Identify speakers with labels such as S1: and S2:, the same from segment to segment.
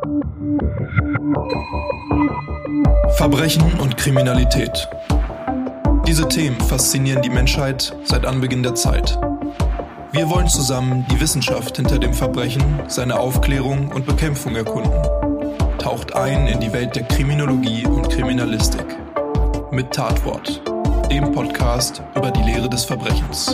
S1: Verbrechen und Kriminalität. Diese Themen faszinieren die Menschheit seit Anbeginn der Zeit. Wir wollen zusammen die Wissenschaft hinter dem Verbrechen, seine Aufklärung und Bekämpfung erkunden. Taucht ein in die Welt der Kriminologie und Kriminalistik. Mit Tatwort, dem Podcast über die Lehre des Verbrechens.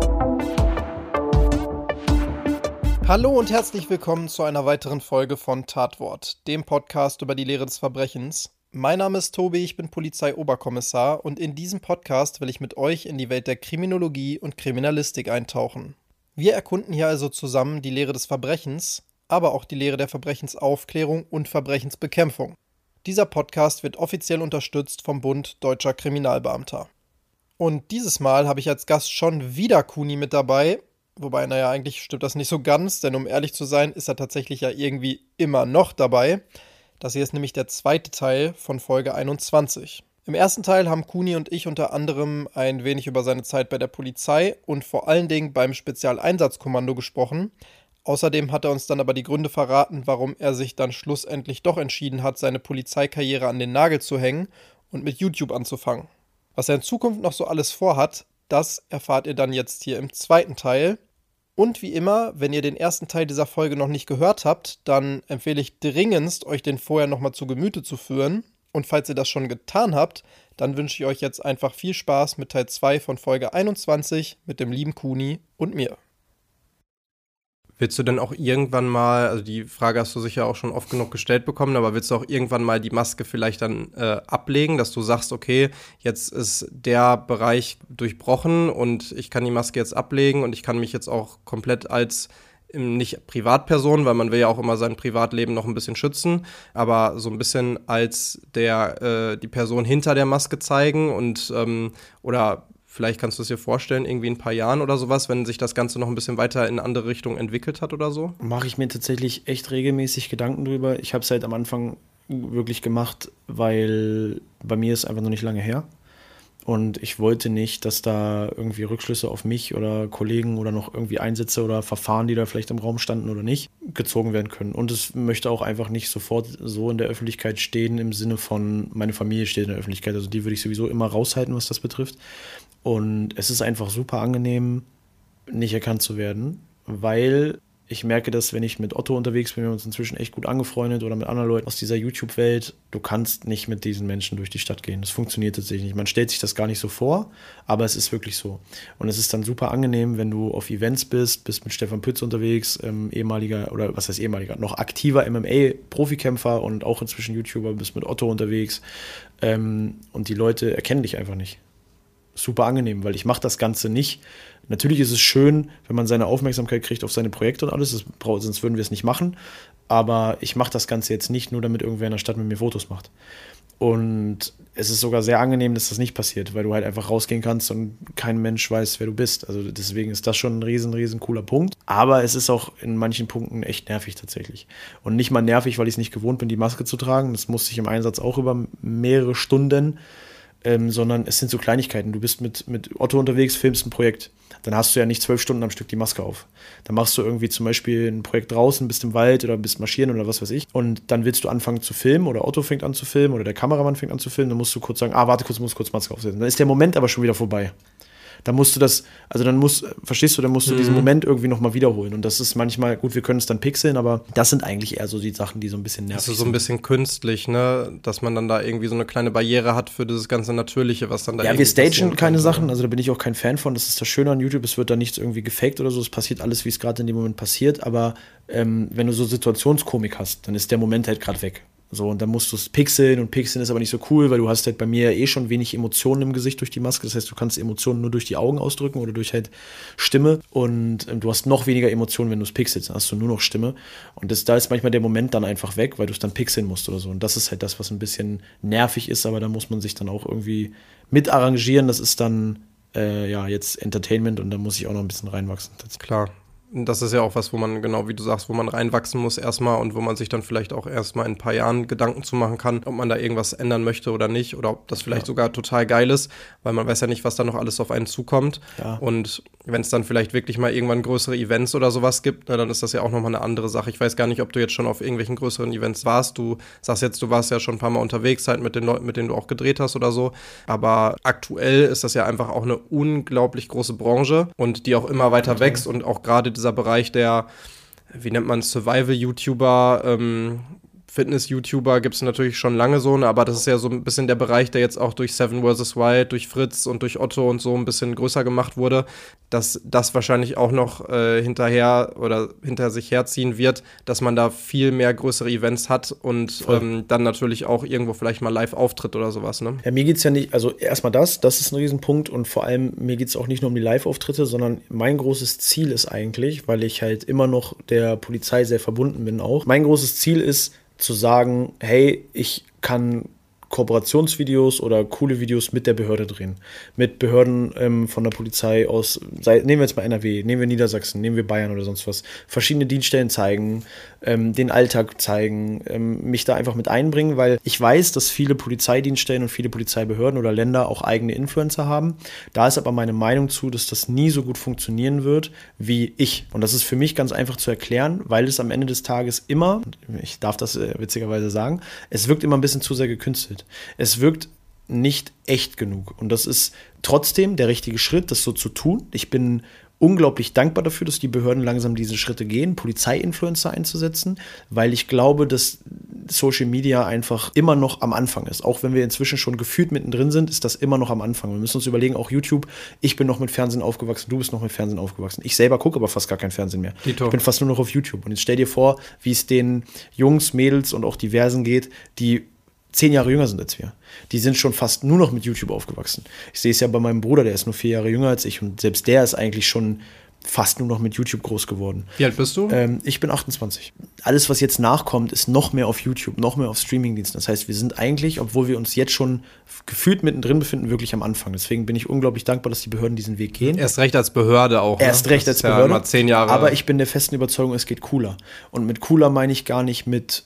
S2: Hallo und herzlich willkommen zu einer weiteren Folge von Tatwort, dem Podcast über die Lehre des Verbrechens. Mein Name ist Tobi, ich bin Polizeioberkommissar und in diesem Podcast will ich mit euch in die Welt der Kriminologie und Kriminalistik eintauchen. Wir erkunden hier also zusammen die Lehre des Verbrechens, aber auch die Lehre der Verbrechensaufklärung und Verbrechensbekämpfung. Dieser Podcast wird offiziell unterstützt vom Bund Deutscher Kriminalbeamter. Und dieses Mal habe ich als Gast schon wieder Kuni mit dabei, wobei, eigentlich stimmt das nicht so ganz, denn um ehrlich zu sein, ist er tatsächlich ja irgendwie immer noch dabei. Das hier ist nämlich der zweite Teil von Folge 21. Im ersten Teil haben Kuni und ich unter anderem ein wenig über seine Zeit bei der Polizei und vor allen Dingen beim Spezialeinsatzkommando gesprochen. Außerdem hat er uns dann aber die Gründe verraten, warum er sich dann schlussendlich doch entschieden hat, seine Polizeikarriere an den Nagel zu hängen und mit YouTube anzufangen. Was er in Zukunft noch so alles vorhat, das erfahrt ihr dann jetzt hier im zweiten Teil. Und wie immer, wenn ihr den ersten Teil dieser Folge noch nicht gehört habt, dann empfehle ich dringendst, euch den vorher nochmal zu Gemüte zu führen. Und falls ihr das schon getan habt, dann wünsche ich euch jetzt einfach viel Spaß mit Teil 2 von Folge 21 mit dem lieben Kuni und mir. Willst du denn auch irgendwann mal, also die Frage hast du sicher auch schon oft genug gestellt bekommen, aber willst du auch irgendwann mal die Maske vielleicht dann ablegen, dass du sagst, okay, jetzt ist der Bereich durchbrochen und ich kann die Maske jetzt ablegen und ich kann mich jetzt auch komplett als nicht Privatperson, weil man will ja auch immer sein Privatleben noch ein bisschen schützen, aber so ein bisschen als die Person hinter der Maske zeigen und oder vielleicht kannst du es dir vorstellen, irgendwie in ein paar Jahren oder sowas, wenn sich das Ganze noch ein bisschen weiter in eine andere Richtung entwickelt hat oder so?
S3: Mache ich mir tatsächlich echt regelmäßig Gedanken drüber. Ich habe es halt am Anfang wirklich gemacht, weil bei mir ist einfach noch nicht lange her. Und ich wollte nicht, dass da irgendwie Rückschlüsse auf mich oder Kollegen oder noch irgendwie Einsätze oder Verfahren, die da vielleicht im Raum standen oder nicht, gezogen werden können. Und es möchte auch einfach nicht sofort so in der Öffentlichkeit stehen, im Sinne von, meine Familie steht in der Öffentlichkeit. Also die würde ich sowieso immer raushalten, was das betrifft. Und es ist einfach super angenehm, nicht erkannt zu werden, weil ich merke, dass wenn ich mit Otto unterwegs bin, wir haben uns inzwischen echt gut angefreundet oder mit anderen Leuten aus dieser YouTube-Welt, du kannst nicht mit diesen Menschen durch die Stadt gehen. Das funktioniert tatsächlich nicht. Man stellt sich das gar nicht so vor, aber es ist wirklich so. Und es ist dann super angenehm, wenn du auf Events bist mit Stefan Pütz unterwegs, ehemaliger, oder was heißt ehemaliger, noch aktiver MMA-Profikämpfer und auch inzwischen YouTuber, bist mit Otto unterwegs und die Leute erkennen dich einfach nicht. Super angenehm, weil ich mache das Ganze nicht. Natürlich ist es schön, wenn man seine Aufmerksamkeit kriegt auf seine Projekte und alles, sonst würden wir es nicht machen, aber ich mache das Ganze jetzt nicht nur, damit irgendwer in der Stadt mit mir Fotos macht. Und es ist sogar sehr angenehm, dass das nicht passiert, weil du halt einfach rausgehen kannst und kein Mensch weiß, wer du bist. Also deswegen ist das schon ein riesen cooler Punkt. Aber es ist auch in manchen Punkten echt nervig tatsächlich. Und nicht mal nervig, weil ich es nicht gewohnt bin, die Maske zu tragen. Das musste ich im Einsatz auch über mehrere Stunden. Sondern es sind so Kleinigkeiten. Du bist mit Otto unterwegs, filmst ein Projekt. Dann hast du ja nicht 12 Stunden am Stück die Maske auf. Dann machst du irgendwie zum Beispiel ein Projekt draußen, bist im Wald oder bist marschieren oder was weiß ich. Und dann willst du anfangen zu filmen oder Otto fängt an zu filmen oder der Kameramann fängt an zu filmen. Dann musst du kurz sagen, warte kurz, muss kurz Maske aufsetzen. Dann ist der Moment aber schon wieder vorbei. Dann musst du verstehst du, dann musst du diesen Moment irgendwie nochmal wiederholen. Und das ist manchmal, gut, wir können es dann pixeln, aber das sind eigentlich eher so die Sachen, die so ein bisschen nervig sind.
S2: Das ist so ein bisschen künstlich, ne? Dass man dann da irgendwie so eine kleine Barriere hat für dieses ganze Natürliche, was dann da
S3: ja, wir stagen keine Sachen, also da bin ich auch kein Fan von. Das ist das Schöne an YouTube, es wird da nichts irgendwie gefaked oder so. Es passiert alles, wie es gerade in dem Moment passiert. Aber wenn du so Situationskomik hast, dann ist der Moment halt gerade weg. So, und dann musst du es pixeln und pixeln ist aber nicht so cool, weil du hast halt bei mir schon wenig Emotionen im Gesicht durch die Maske. Das heißt, du kannst Emotionen nur durch die Augen ausdrücken oder durch halt Stimme und du hast noch weniger Emotionen, wenn du es pixelst. Dann hast du nur noch Stimme und da ist manchmal der Moment dann einfach weg, weil du es dann pixeln musst oder so. Und das ist halt das, was ein bisschen nervig ist, aber da muss man sich dann auch irgendwie mit arrangieren. Das ist dann jetzt Entertainment und da muss ich auch noch ein bisschen reinwachsen.
S2: Klar. das ist ja auch was, wo man, genau wie du sagst, wo man reinwachsen muss erstmal und wo man sich dann vielleicht auch erstmal in ein paar Jahren Gedanken zu machen kann, ob man da irgendwas ändern möchte oder nicht oder ob das vielleicht sogar total geil ist, weil man weiß ja nicht, was da noch alles auf einen zukommt. Ja. Und wenn es dann vielleicht wirklich mal irgendwann größere Events oder sowas gibt, dann ist das ja auch nochmal eine andere Sache. Ich weiß gar nicht, ob du jetzt schon auf irgendwelchen größeren Events warst. Du sagst jetzt, du warst ja schon ein paar Mal unterwegs, halt mit den Leuten, mit denen du auch gedreht hast oder so. Aber aktuell ist das ja einfach auch eine unglaublich große Branche und die auch immer weiter wächst und auch gerade dieser Bereich der, wie nennt man, Survival-YouTuber, Fitness-YouTuber gibt es natürlich schon lange so, aber das ist ja so ein bisschen der Bereich, der jetzt auch durch Seven vs. Wild, durch Fritz und durch Otto und so ein bisschen größer gemacht wurde, dass das wahrscheinlich auch noch hinter sich herziehen wird, dass man da viel mehr größere Events hat und dann natürlich auch irgendwo vielleicht mal live auftritt oder sowas, ne?
S3: Ja, mir geht's ja nicht, also erstmal das ist ein Riesenpunkt und vor allem mir geht's auch nicht nur um die Live-Auftritte, sondern mein großes Ziel ist eigentlich, weil ich halt immer noch der Polizei sehr verbunden bin auch, mein großes Ziel ist, zu sagen, hey, ich kann Kooperationsvideos oder coole Videos mit der Behörde drehen. Mit Behörden von der Polizei aus, nehmen wir jetzt mal NRW, nehmen wir Niedersachsen, nehmen wir Bayern oder sonst was, verschiedene Dienststellen zeigen, den Alltag zeigen, mich da einfach mit einbringen, weil ich weiß, dass viele Polizeidienststellen und viele Polizeibehörden oder Länder auch eigene Influencer haben. Da ist aber meine Meinung zu, dass das nie so gut funktionieren wird wie ich. Und das ist für mich ganz einfach zu erklären, weil es am Ende des Tages immer, ich darf das witzigerweise sagen, es wirkt immer ein bisschen zu sehr gekünstelt. Es wirkt nicht echt genug. Und das ist trotzdem der richtige Schritt, das so zu tun. Ich bin unglaublich dankbar dafür, dass die Behörden langsam diese Schritte gehen, Polizei-Influencer einzusetzen, weil ich glaube, dass Social Media einfach immer noch am Anfang ist. Auch wenn wir inzwischen schon gefühlt mittendrin sind, ist das immer noch am Anfang. Wir müssen uns überlegen, auch YouTube, ich bin noch mit Fernsehen aufgewachsen, du bist noch mit Fernsehen aufgewachsen. Ich selber gucke aber fast gar kein Fernsehen mehr. Ich bin fast nur noch auf YouTube. Und jetzt stell dir vor, wie es den Jungs, Mädels und auch Diversen geht, die 10 Jahre jünger sind als wir. Die sind schon fast nur noch mit YouTube aufgewachsen. Ich sehe es ja bei meinem Bruder, der ist nur 4 Jahre jünger als ich und selbst der ist eigentlich schon fast nur noch mit YouTube groß geworden.
S2: Wie alt bist du?
S3: Ich bin 28. Alles, was jetzt nachkommt, ist noch mehr auf YouTube, noch mehr auf Streamingdiensten. Das heißt, wir sind eigentlich, obwohl wir uns jetzt schon gefühlt mittendrin befinden, wirklich am Anfang. Deswegen bin ich unglaublich dankbar, dass die Behörden diesen Weg gehen.
S2: Erst recht als Behörde auch.
S3: Erst recht als Behörde.
S2: Ja immer 10 Jahre.
S3: Aber ich bin der festen Überzeugung, es geht cooler. Und mit cooler meine ich gar nicht mit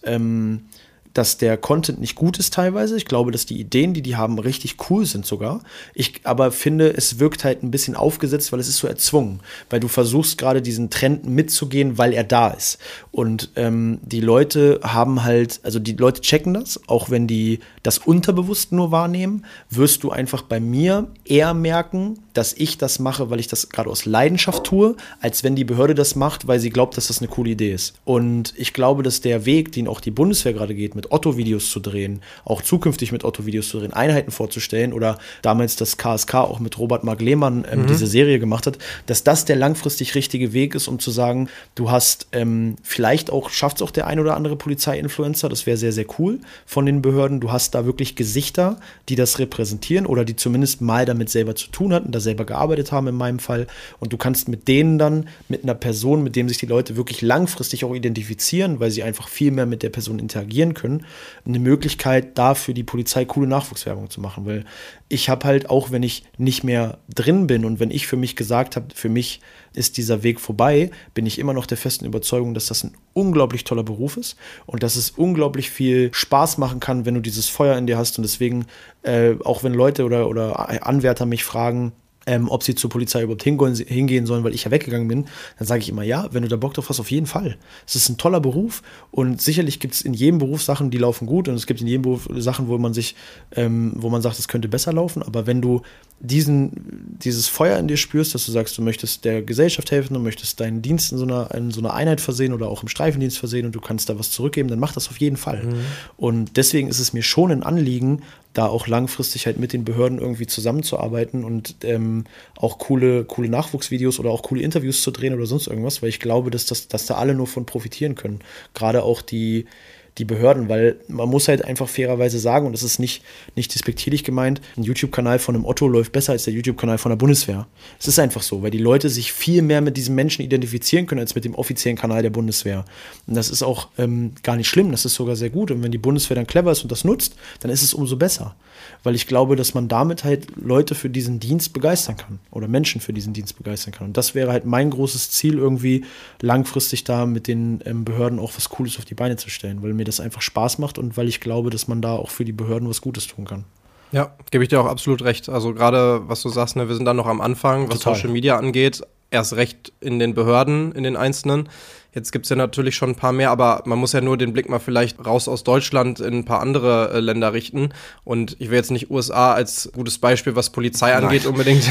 S3: dass der Content nicht gut ist teilweise. Ich glaube, dass die Ideen, die haben, richtig cool sind sogar. Ich aber finde, es wirkt halt ein bisschen aufgesetzt, weil es ist so erzwungen. Weil du versuchst gerade diesen Trend mitzugehen, weil er da ist. Und die Leute haben halt, also die Leute checken das, auch wenn die das unterbewusst nur wahrnehmen, wirst du einfach bei mir eher merken, dass ich das mache, weil ich das gerade aus Leidenschaft tue, als wenn die Behörde das macht, weil sie glaubt, dass das eine coole Idee ist. Und ich glaube, dass der Weg, den auch die Bundeswehr gerade geht, mit Otto-Videos zu drehen, auch zukünftig mit Otto-Videos zu drehen, Einheiten vorzustellen oder damals das KSK auch mit Robert Mark Lehmann diese Serie gemacht hat, dass das der langfristig richtige Weg ist, um zu sagen, du hast vielleicht auch, schafft es auch der ein oder andere Polizei-Influencer, das wäre sehr, sehr cool von den Behörden, du hast da wirklich Gesichter, die das repräsentieren oder die zumindest mal damit selber zu tun hatten, da selber gearbeitet haben in meinem Fall und du kannst mit denen dann, mit einer Person, mit dem sich die Leute wirklich langfristig auch identifizieren, weil sie einfach viel mehr mit der Person interagieren können, eine Möglichkeit da für die Polizei coole Nachwuchswerbung zu machen, weil ich habe halt auch, wenn ich nicht mehr drin bin und wenn ich für mich gesagt habe, für mich ist dieser Weg vorbei, bin ich immer noch der festen Überzeugung, dass das ein unglaublich toller Beruf ist und dass es unglaublich viel Spaß machen kann, wenn du dieses Feuer in dir hast und deswegen, auch wenn Leute oder Anwärter mich fragen, ob sie zur Polizei überhaupt hingehen sollen, weil ich ja weggegangen bin, dann sage ich immer, ja, wenn du da Bock drauf hast, auf jeden Fall. Es ist ein toller Beruf und sicherlich gibt es in jedem Beruf Sachen, die laufen gut und es gibt in jedem Beruf Sachen, wo man sagt, es könnte besser laufen, aber wenn du dieses Feuer in dir spürst, dass du sagst, du möchtest der Gesellschaft helfen, du möchtest deinen Dienst in so einer Einheit versehen oder auch im Streifendienst versehen und du kannst da was zurückgeben, dann mach das auf jeden Fall. Und deswegen ist es mir schon ein Anliegen, da auch langfristig halt mit den Behörden irgendwie zusammenzuarbeiten und auch coole Nachwuchsvideos oder auch coole Interviews zu drehen oder sonst irgendwas, weil ich glaube, dass da alle nur von profitieren können. Gerade auch die die Behörden, weil man muss halt einfach fairerweise sagen, und das ist nicht despektierlich gemeint, ein YouTube-Kanal von einem Otto läuft besser als der YouTube-Kanal von der Bundeswehr. Es ist einfach so, weil die Leute sich viel mehr mit diesem Menschen identifizieren können, als mit dem offiziellen Kanal der Bundeswehr. Und das ist auch gar nicht schlimm, das ist sogar sehr gut. Und wenn die Bundeswehr dann clever ist und das nutzt, dann ist es umso besser. Weil ich glaube, dass man damit halt Leute für diesen Dienst begeistern kann oder Menschen für diesen Dienst begeistern kann. Und das wäre halt mein großes Ziel, irgendwie langfristig da mit den Behörden auch was Cooles auf die Beine zu stellen, weil mir das einfach Spaß macht und weil ich glaube, dass man da auch für die Behörden was Gutes tun kann.
S2: Ja, gebe ich dir auch absolut recht. Also gerade, was du sagst, ne, wir sind da noch am Anfang, was
S3: Total.
S2: Social Media angeht, erst recht in den Behörden, in den Einzelnen. Jetzt gibt es ja natürlich schon ein paar mehr, aber man muss ja nur den Blick mal vielleicht raus aus Deutschland in ein paar andere Länder richten. Und ich will jetzt nicht USA als gutes Beispiel, was Polizei angeht, unbedingt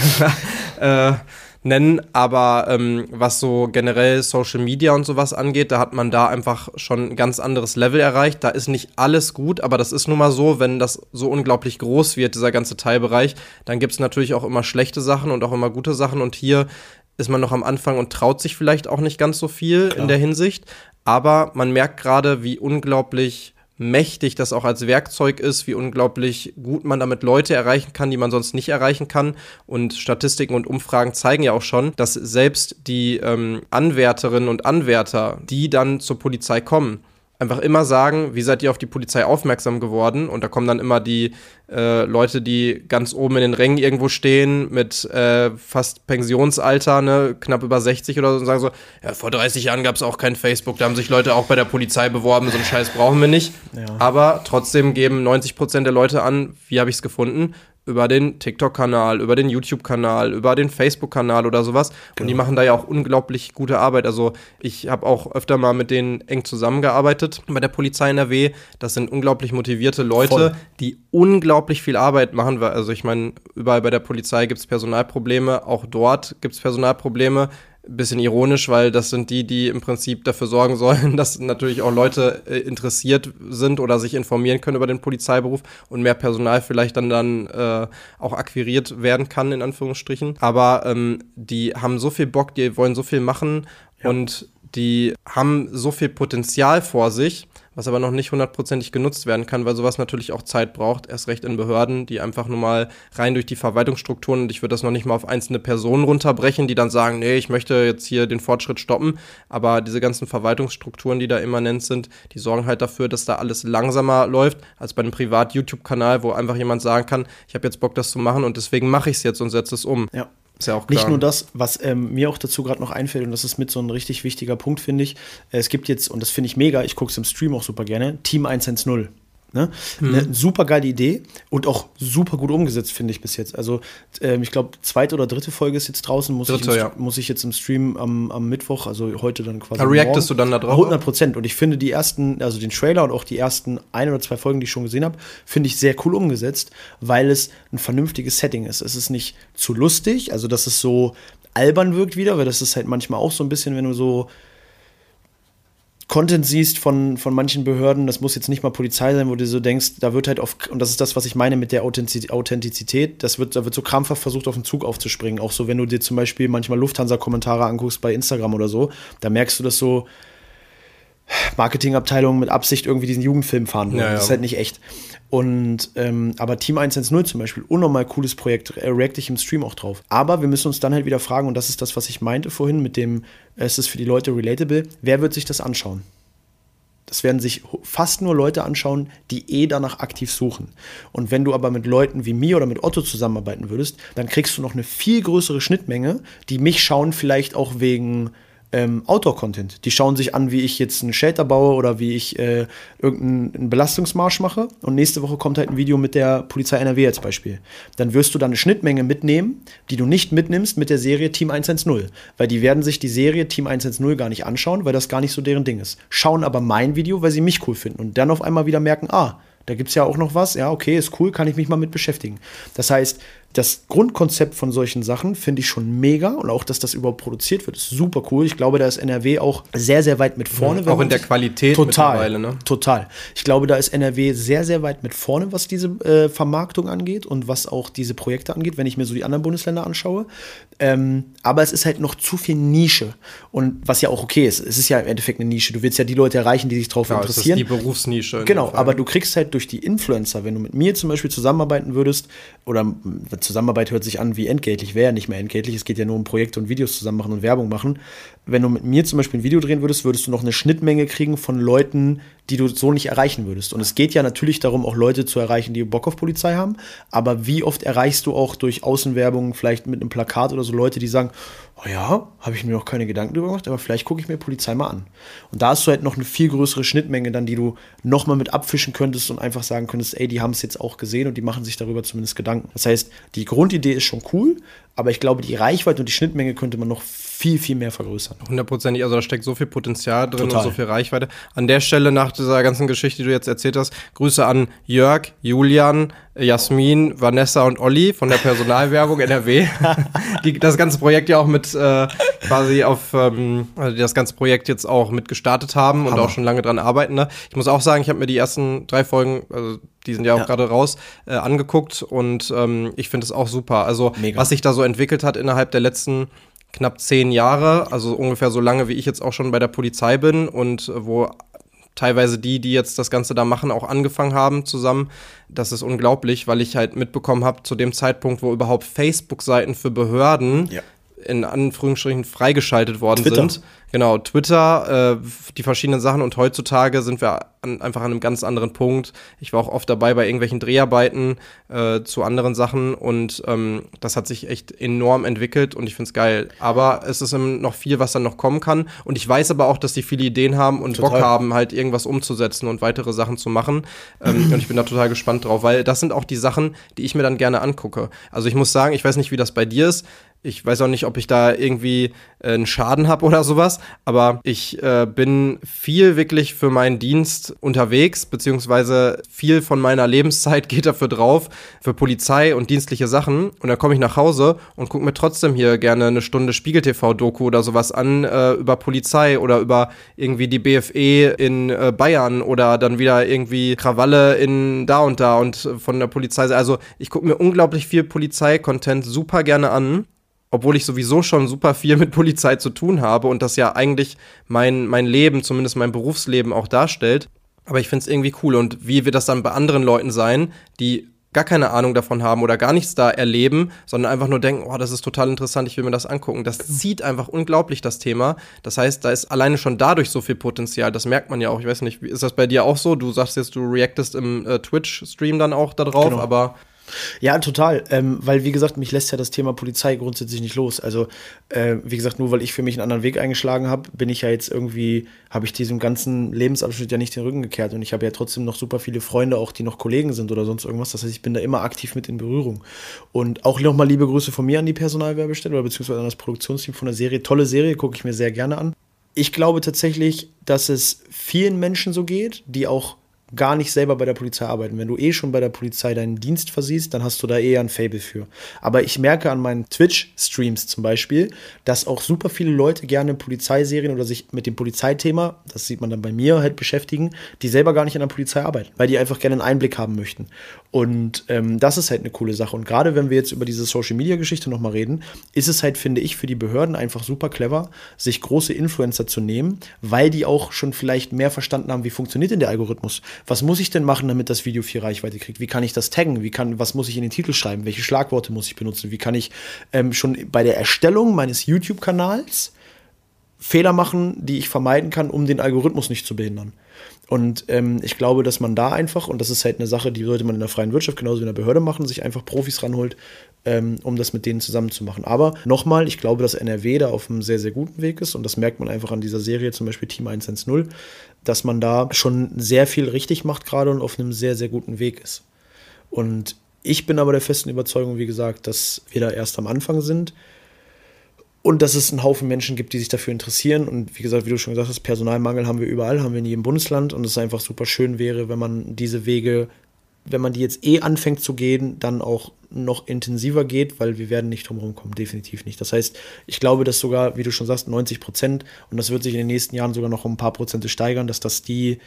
S2: nennen, aber was so generell Social Media und sowas angeht, da hat man da einfach schon ein ganz anderes Level erreicht. Da ist nicht alles gut, aber das ist nun mal so, wenn das so unglaublich groß wird, dieser ganze Teilbereich, dann gibt es natürlich auch immer schlechte Sachen und auch immer gute Sachen und hier ist man noch am Anfang und traut sich vielleicht auch nicht ganz so viel in der Hinsicht, aber man merkt gerade, wie unglaublich mächtig das auch als Werkzeug ist, wie unglaublich gut man damit Leute erreichen kann, die man sonst nicht erreichen kann. Und Statistiken und Umfragen zeigen ja auch schon, dass selbst die Anwärterinnen und Anwärter, die dann zur Polizei kommen, einfach immer sagen, wie seid ihr auf die Polizei aufmerksam geworden? Und da kommen dann immer die Leute, die ganz oben in den Rängen irgendwo stehen, mit fast Pensionsalter, ne, knapp über 60 oder so, und sagen so, ja, vor 30 Jahren gab es auch kein Facebook, da haben sich Leute auch bei der Polizei beworben, so einen Scheiß brauchen wir nicht. Ja. Aber trotzdem geben 90% der Leute an, wie habe ich es gefunden? Über den TikTok-Kanal, über den YouTube-Kanal, über den Facebook-Kanal oder sowas. Genau. Und die machen da ja auch unglaublich gute Arbeit. Also ich habe auch öfter mal mit denen eng zusammengearbeitet bei der Polizei NRW. Das sind unglaublich motivierte Leute, die unglaublich viel Arbeit machen. Also ich meine, überall bei der Polizei gibt es Personalprobleme. Auch dort gibt es Personalprobleme. Bisschen ironisch, weil das sind die im Prinzip dafür sorgen sollen, dass natürlich auch Leute interessiert sind oder sich informieren können über den Polizeiberuf und mehr Personal vielleicht dann auch akquiriert werden kann, in Anführungsstrichen. Aber die haben so viel Bock, die wollen so viel machen und die haben so viel Potenzial vor sich, was aber noch nicht 100%ig genutzt werden kann, weil sowas natürlich auch Zeit braucht, erst recht in Behörden, die einfach nur mal rein durch die Verwaltungsstrukturen, und ich würde das noch nicht mal auf einzelne Personen runterbrechen, die dann sagen, nee, ich möchte jetzt hier den Fortschritt stoppen, aber diese ganzen Verwaltungsstrukturen, die da immanent sind, die sorgen halt dafür, dass da alles langsamer läuft, als bei einem Privat-YouTube-Kanal, wo einfach jemand sagen kann, ich habe jetzt Bock, das zu machen und deswegen mache ich es jetzt und setze es um.
S3: Ja.
S2: Ist ja auch klar.
S3: Nicht nur das, was mir auch dazu gerade noch einfällt, und das ist mit so ein richtig wichtiger Punkt, finde ich. Es gibt jetzt, und das finde ich mega, ich gucke es im Stream auch super gerne, Team 110. Ne? Eine super geile Idee und auch super gut umgesetzt, finde ich bis jetzt. Also ich glaube, 2. oder 3. Folge ist jetzt draußen, muss ich jetzt im Stream am Mittwoch, also heute dann quasi.
S2: Da reactest du dann da drauf?
S3: 100%. Und ich finde die ersten, also den Trailer und auch die ersten 1 oder 2 Folgen, die ich schon gesehen habe, finde ich sehr cool umgesetzt, weil es ein vernünftiges Setting ist. Es ist nicht zu lustig, also dass es so albern wirkt wieder, weil das ist halt manchmal auch so ein bisschen, wenn du so Content siehst von manchen Behörden, das muss jetzt nicht mal Polizei sein, wo du so denkst, da wird halt und das ist das, was ich meine mit der Authentizität, da wird so krampfhaft versucht, auf den Zug aufzuspringen. Auch so, wenn du dir zum Beispiel manchmal Lufthansa-Kommentare anguckst bei Instagram oder so, da merkst du, dass so Marketingabteilungen mit Absicht irgendwie diesen Jugendfilm fahren wollen. Ja, das ist halt nicht echt. Und aber Team 110 zum Beispiel, unnormal cooles Projekt, reacte ich im Stream auch drauf. Aber wir müssen uns dann halt wieder fragen, und das ist das, was ich meinte vorhin mit dem, es ist für die Leute relatable, wer wird sich das anschauen? Das werden sich fast nur Leute anschauen, die danach aktiv suchen. Und wenn du aber mit Leuten wie mir oder mit Otto zusammenarbeiten würdest, dann kriegst du noch eine viel größere Schnittmenge, die mich schauen vielleicht auch wegen Outdoor-Content. Die schauen sich an, wie ich jetzt einen Shelter baue oder wie ich irgendeinen Belastungsmarsch mache, und nächste Woche kommt halt ein Video mit der Polizei NRW als Beispiel. Dann wirst du da eine Schnittmenge mitnehmen, die du nicht mitnimmst mit der Serie Team 110, weil die werden sich die Serie Team 110 gar nicht anschauen, weil das gar nicht so deren Ding ist. Schauen aber mein Video, weil sie mich cool finden und dann auf einmal wieder merken, da gibt es ja auch noch was, ja, okay, ist cool, kann ich mich mal mit beschäftigen. Das heißt, Das Grundkonzept von solchen Sachen finde ich schon mega und auch, dass das überhaupt produziert wird, ist super cool. Ich glaube, da ist NRW auch sehr, sehr weit mit vorne.
S2: Auch in der Qualität mittlerweile, ne?
S3: Total. Ich glaube, da ist NRW sehr, sehr weit mit vorne, was diese Vermarktung angeht und was auch diese Projekte angeht, wenn ich mir so die anderen Bundesländer anschaue. Aber es ist halt noch zu viel Nische. Und was ja auch okay ist, es ist ja im Endeffekt eine Nische. Du willst ja die Leute erreichen, die sich drauf interessieren.
S2: Das ist die Berufsnische.
S3: Genau, aber du kriegst halt durch die Influencer, wenn du mit mir zum Beispiel zusammenarbeiten würdest, oder Zusammenarbeit hört sich an wie entgeltlich, wäre ja nicht mehr entgeltlich, es geht ja nur um Projekte und Videos zusammen machen und Werbung machen. Wenn du mit mir zum Beispiel ein Video drehen würdest, würdest du noch eine Schnittmenge kriegen von Leuten, die du so nicht erreichen würdest. Und es geht ja natürlich darum, auch Leute zu erreichen, die Bock auf Polizei haben, aber wie oft erreichst du auch durch Außenwerbung, vielleicht mit einem Plakat oder so Leute, die sagen, oh ja, habe ich mir noch keine Gedanken drüber gemacht, aber vielleicht gucke ich mir Polizei mal an. Und da hast du halt noch eine viel größere Schnittmenge dann, die du nochmal mit abfischen könntest und einfach sagen könntest, ey, die haben es jetzt auch gesehen und die machen sich darüber zumindest Gedanken. Das heißt, die Grundidee ist schon cool, aber ich glaube, die Reichweite und die Schnittmenge könnte man noch viel, viel mehr vergrößern.
S2: 100%, also da steckt so viel Potenzial drin.
S3: Total.
S2: Und so viel Reichweite. An der Stelle, nach dieser ganzen Geschichte, die du jetzt erzählt hast, Grüße an Jörg, Julian, Jasmin, Vanessa und Olli von der Personalwerbung NRW, die das ganze Projekt ja auch mit quasi auf, also die das ganze Projekt jetzt auch mit gestartet haben und auch schon lange dran arbeiten. Ne? Ich muss auch sagen, ich habe mir die ersten 3 Folgen, also die sind ja auch gerade raus, angeguckt und ich finde es auch super. Also
S3: mega.
S2: Was sich da so entwickelt hat innerhalb der letzten knapp 10 Jahre, also ungefähr so lange, wie ich jetzt auch schon bei der Polizei bin und wo teilweise die jetzt das Ganze da machen, auch angefangen haben zusammen. Das ist unglaublich, weil ich halt mitbekommen habe, zu dem Zeitpunkt, wo überhaupt Facebook-Seiten für Behörden in Anführungsstrichen freigeschaltet worden sind. Genau, Twitter, die verschiedenen Sachen und heutzutage sind wir einfach an einem ganz anderen Punkt. Ich war auch oft dabei bei irgendwelchen Dreharbeiten zu anderen Sachen und das hat sich echt enorm entwickelt und ich find's geil. Aber es ist noch viel, was dann noch kommen kann und ich weiß aber auch, dass die viele Ideen haben und Bock haben, halt irgendwas umzusetzen und weitere Sachen zu machen und ich bin da total gespannt drauf, weil das sind auch die Sachen, die ich mir dann gerne angucke. Also ich muss sagen, ich weiß nicht, wie das bei dir ist. Ich weiß auch nicht, ob ich da irgendwie einen Schaden habe oder sowas, aber ich bin viel wirklich für meinen Dienst unterwegs, beziehungsweise viel von meiner Lebenszeit geht dafür drauf, für Polizei und dienstliche Sachen. Und dann komme ich nach Hause und gucke mir trotzdem hier gerne eine Stunde Spiegel-TV-Doku oder sowas an über Polizei oder über irgendwie die BFE in Bayern oder dann wieder irgendwie Krawalle in da und da und von der Polizei. Also ich gucke mir unglaublich viel Polizei-Content super gerne an. Obwohl ich sowieso schon super viel mit Polizei zu tun habe und das ja eigentlich mein Leben, zumindest mein Berufsleben auch darstellt. Aber ich finde es irgendwie cool. Und wie wird das dann bei anderen Leuten sein, die gar keine Ahnung davon haben oder gar nichts da erleben, sondern einfach nur denken, oh, das ist total interessant, ich will mir das angucken. Das zieht einfach unglaublich, das Thema. Das heißt, da ist alleine schon dadurch so viel Potenzial. Das merkt man ja auch. Ich weiß nicht, ist das bei dir auch so? Du sagst jetzt, du reactest im Twitch-Stream dann auch da drauf,
S3: genau.
S2: Aber
S3: ja, total, weil wie gesagt, mich lässt ja das Thema Polizei grundsätzlich nicht los. Also wie gesagt, nur weil ich für mich einen anderen Weg eingeschlagen habe, bin ich ja jetzt irgendwie, habe ich diesem ganzen Lebensabschnitt ja nicht den Rücken gekehrt und ich habe ja trotzdem noch super viele Freunde, auch die noch Kollegen sind oder sonst irgendwas. Das heißt, ich bin da immer aktiv mit in Berührung. Und auch nochmal liebe Grüße von mir an die Personalwerbestelle oder beziehungsweise an das Produktionsteam von der Serie. Tolle Serie, gucke ich mir sehr gerne an. Ich glaube tatsächlich, dass es vielen Menschen so geht, die auch gar nicht selber bei der Polizei arbeiten. Wenn du schon bei der Polizei deinen Dienst versiehst, dann hast du da eher ein Faible für. Aber ich merke an meinen Twitch-Streams zum Beispiel, dass auch super viele Leute gerne Polizeiserien oder sich mit dem Polizeithema, das sieht man dann bei mir, halt beschäftigen, die selber gar nicht an der Polizei arbeiten, weil die einfach gerne einen Einblick haben möchten. Und das ist halt eine coole Sache. Und gerade wenn wir jetzt über diese Social-Media-Geschichte nochmal reden, ist es halt, finde ich, für die Behörden einfach super clever, sich große Influencer zu nehmen, weil die auch schon vielleicht mehr verstanden haben, wie funktioniert denn der Algorithmus? Was muss ich denn machen, damit das Video viel Reichweite kriegt? Wie kann ich das taggen? Was muss ich in den Titel schreiben? Welche Schlagworte muss ich benutzen? Wie kann ich schon bei der Erstellung meines YouTube-Kanals Fehler machen, die ich vermeiden kann, um den Algorithmus nicht zu behindern? Und ich glaube, dass man da einfach, und das ist halt eine Sache, die sollte man in der freien Wirtschaft genauso wie in der Behörde machen, sich einfach Profis ranholt, um das mit denen zusammen zu machen. Aber nochmal, ich glaube, dass NRW da auf einem sehr, sehr guten Weg ist und das merkt man einfach an dieser Serie, zum Beispiel Team 110, dass man da schon sehr viel richtig macht gerade und auf einem sehr, sehr guten Weg ist. Und ich bin aber der festen Überzeugung, wie gesagt, dass wir da erst am Anfang sind und dass es einen Haufen Menschen gibt, die sich dafür interessieren. Und wie gesagt, wie du schon gesagt hast, Personalmangel haben wir überall, haben wir in jedem Bundesland und es einfach super schön wäre, wenn man diese Wege wenn man die jetzt anfängt zu gehen, dann auch noch intensiver geht, weil wir werden nicht drum herum kommen, definitiv nicht. Das heißt, ich glaube, dass sogar, wie du schon sagst, 90%, und das wird sich in den nächsten Jahren sogar noch um ein paar Prozente steigern, dass das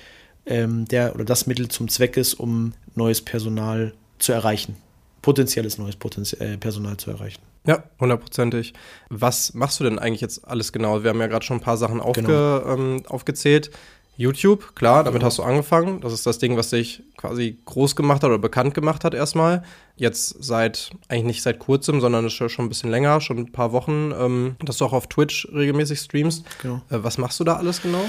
S3: das Mittel zum Zweck ist, um neues Personal zu erreichen. Potenzielles neues Personal zu erreichen.
S2: Ja, 100%. Was machst du denn eigentlich jetzt alles genau? Wir haben ja gerade schon ein paar Sachen aufgezählt. YouTube, klar, damit hast du angefangen. Das ist das Ding, was dich quasi groß gemacht hat oder bekannt gemacht hat erstmal. Jetzt eigentlich nicht seit kurzem, sondern ist schon ein bisschen länger, schon ein paar Wochen, dass du auch auf Twitch regelmäßig streamst.
S3: Genau.
S2: Was machst du da alles genau?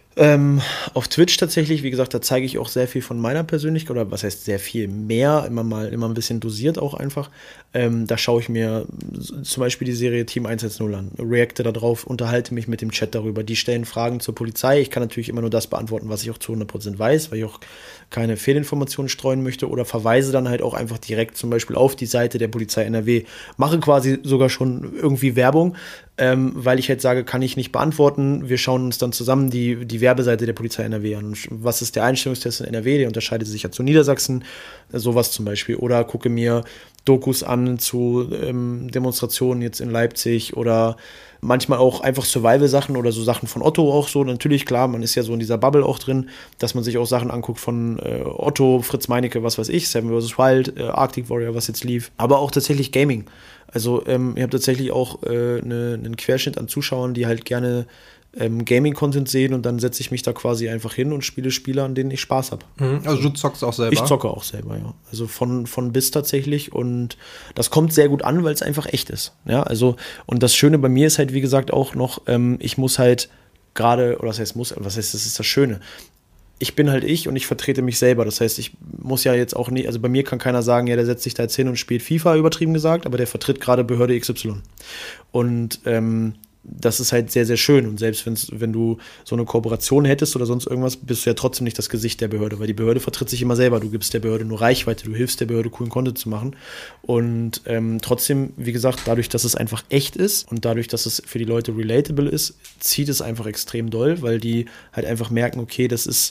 S3: Auf Twitch tatsächlich, wie gesagt, da zeige ich auch sehr viel von meiner Persönlichkeit, oder was heißt sehr viel mehr, immer ein bisschen dosiert auch einfach. Da schaue ich mir zum Beispiel die Serie Team 110 an, reacte da drauf, unterhalte mich mit dem Chat darüber. Die stellen Fragen zur Polizei. Ich kann natürlich immer nur das beantworten, was ich auch zu 100% weiß, weil ich auch keine Fehlinformationen streuen möchte, oder verweise dann halt auch einfach direkt zum Beispiel auf die Seite der Polizei NRW. Mache quasi sogar schon irgendwie Werbung, weil ich halt sage, kann ich nicht beantworten. Wir schauen uns dann zusammen die Werbeseite der Polizei NRW an. Was ist der Einstellungstest in NRW? Der unterscheidet sich ja zu Niedersachsen, sowas zum Beispiel. Oder gucke mir Dokus an zu Demonstrationen jetzt in Leipzig oder manchmal auch einfach Survival-Sachen oder so Sachen von Otto auch so. Natürlich, klar, man ist ja so in dieser Bubble auch drin, dass man sich auch Sachen anguckt von Otto, Fritz Meinecke, was weiß ich, Seven vs. Wild, Arctic Warrior, was jetzt lief. Aber auch tatsächlich Gaming. Also ich habe tatsächlich auch einen Querschnitt an Zuschauern, die halt gerne Gaming-Content sehen, und dann setze ich mich da quasi einfach hin und spiele Spiele, an denen ich Spaß habe.
S2: Also du zockst auch selber?
S3: Ich zocke auch selber, ja. Also von bis tatsächlich, und das kommt sehr gut an, weil es einfach echt ist. Ja, also, und das Schöne bei mir ist halt, wie gesagt, auch noch, ich muss halt gerade, oder was heißt, das ist das Schöne. Ich bin halt ich und ich vertrete mich selber. Das heißt, ich muss ja jetzt auch nicht, also bei mir kann keiner sagen, ja, der setzt sich da jetzt hin und spielt FIFA, übertrieben gesagt, aber der vertritt gerade Behörde XY. Und das ist halt sehr, sehr schön. Und selbst wenn du so eine Kooperation hättest oder sonst irgendwas, bist du ja trotzdem nicht das Gesicht der Behörde, weil die Behörde vertritt sich immer selber. Du gibst der Behörde nur Reichweite, du hilfst der Behörde, coolen Content zu machen. Und trotzdem, wie gesagt, dadurch, dass es einfach echt ist und dadurch, dass es für die Leute relatable ist, zieht es einfach extrem doll, weil die halt einfach merken, okay, es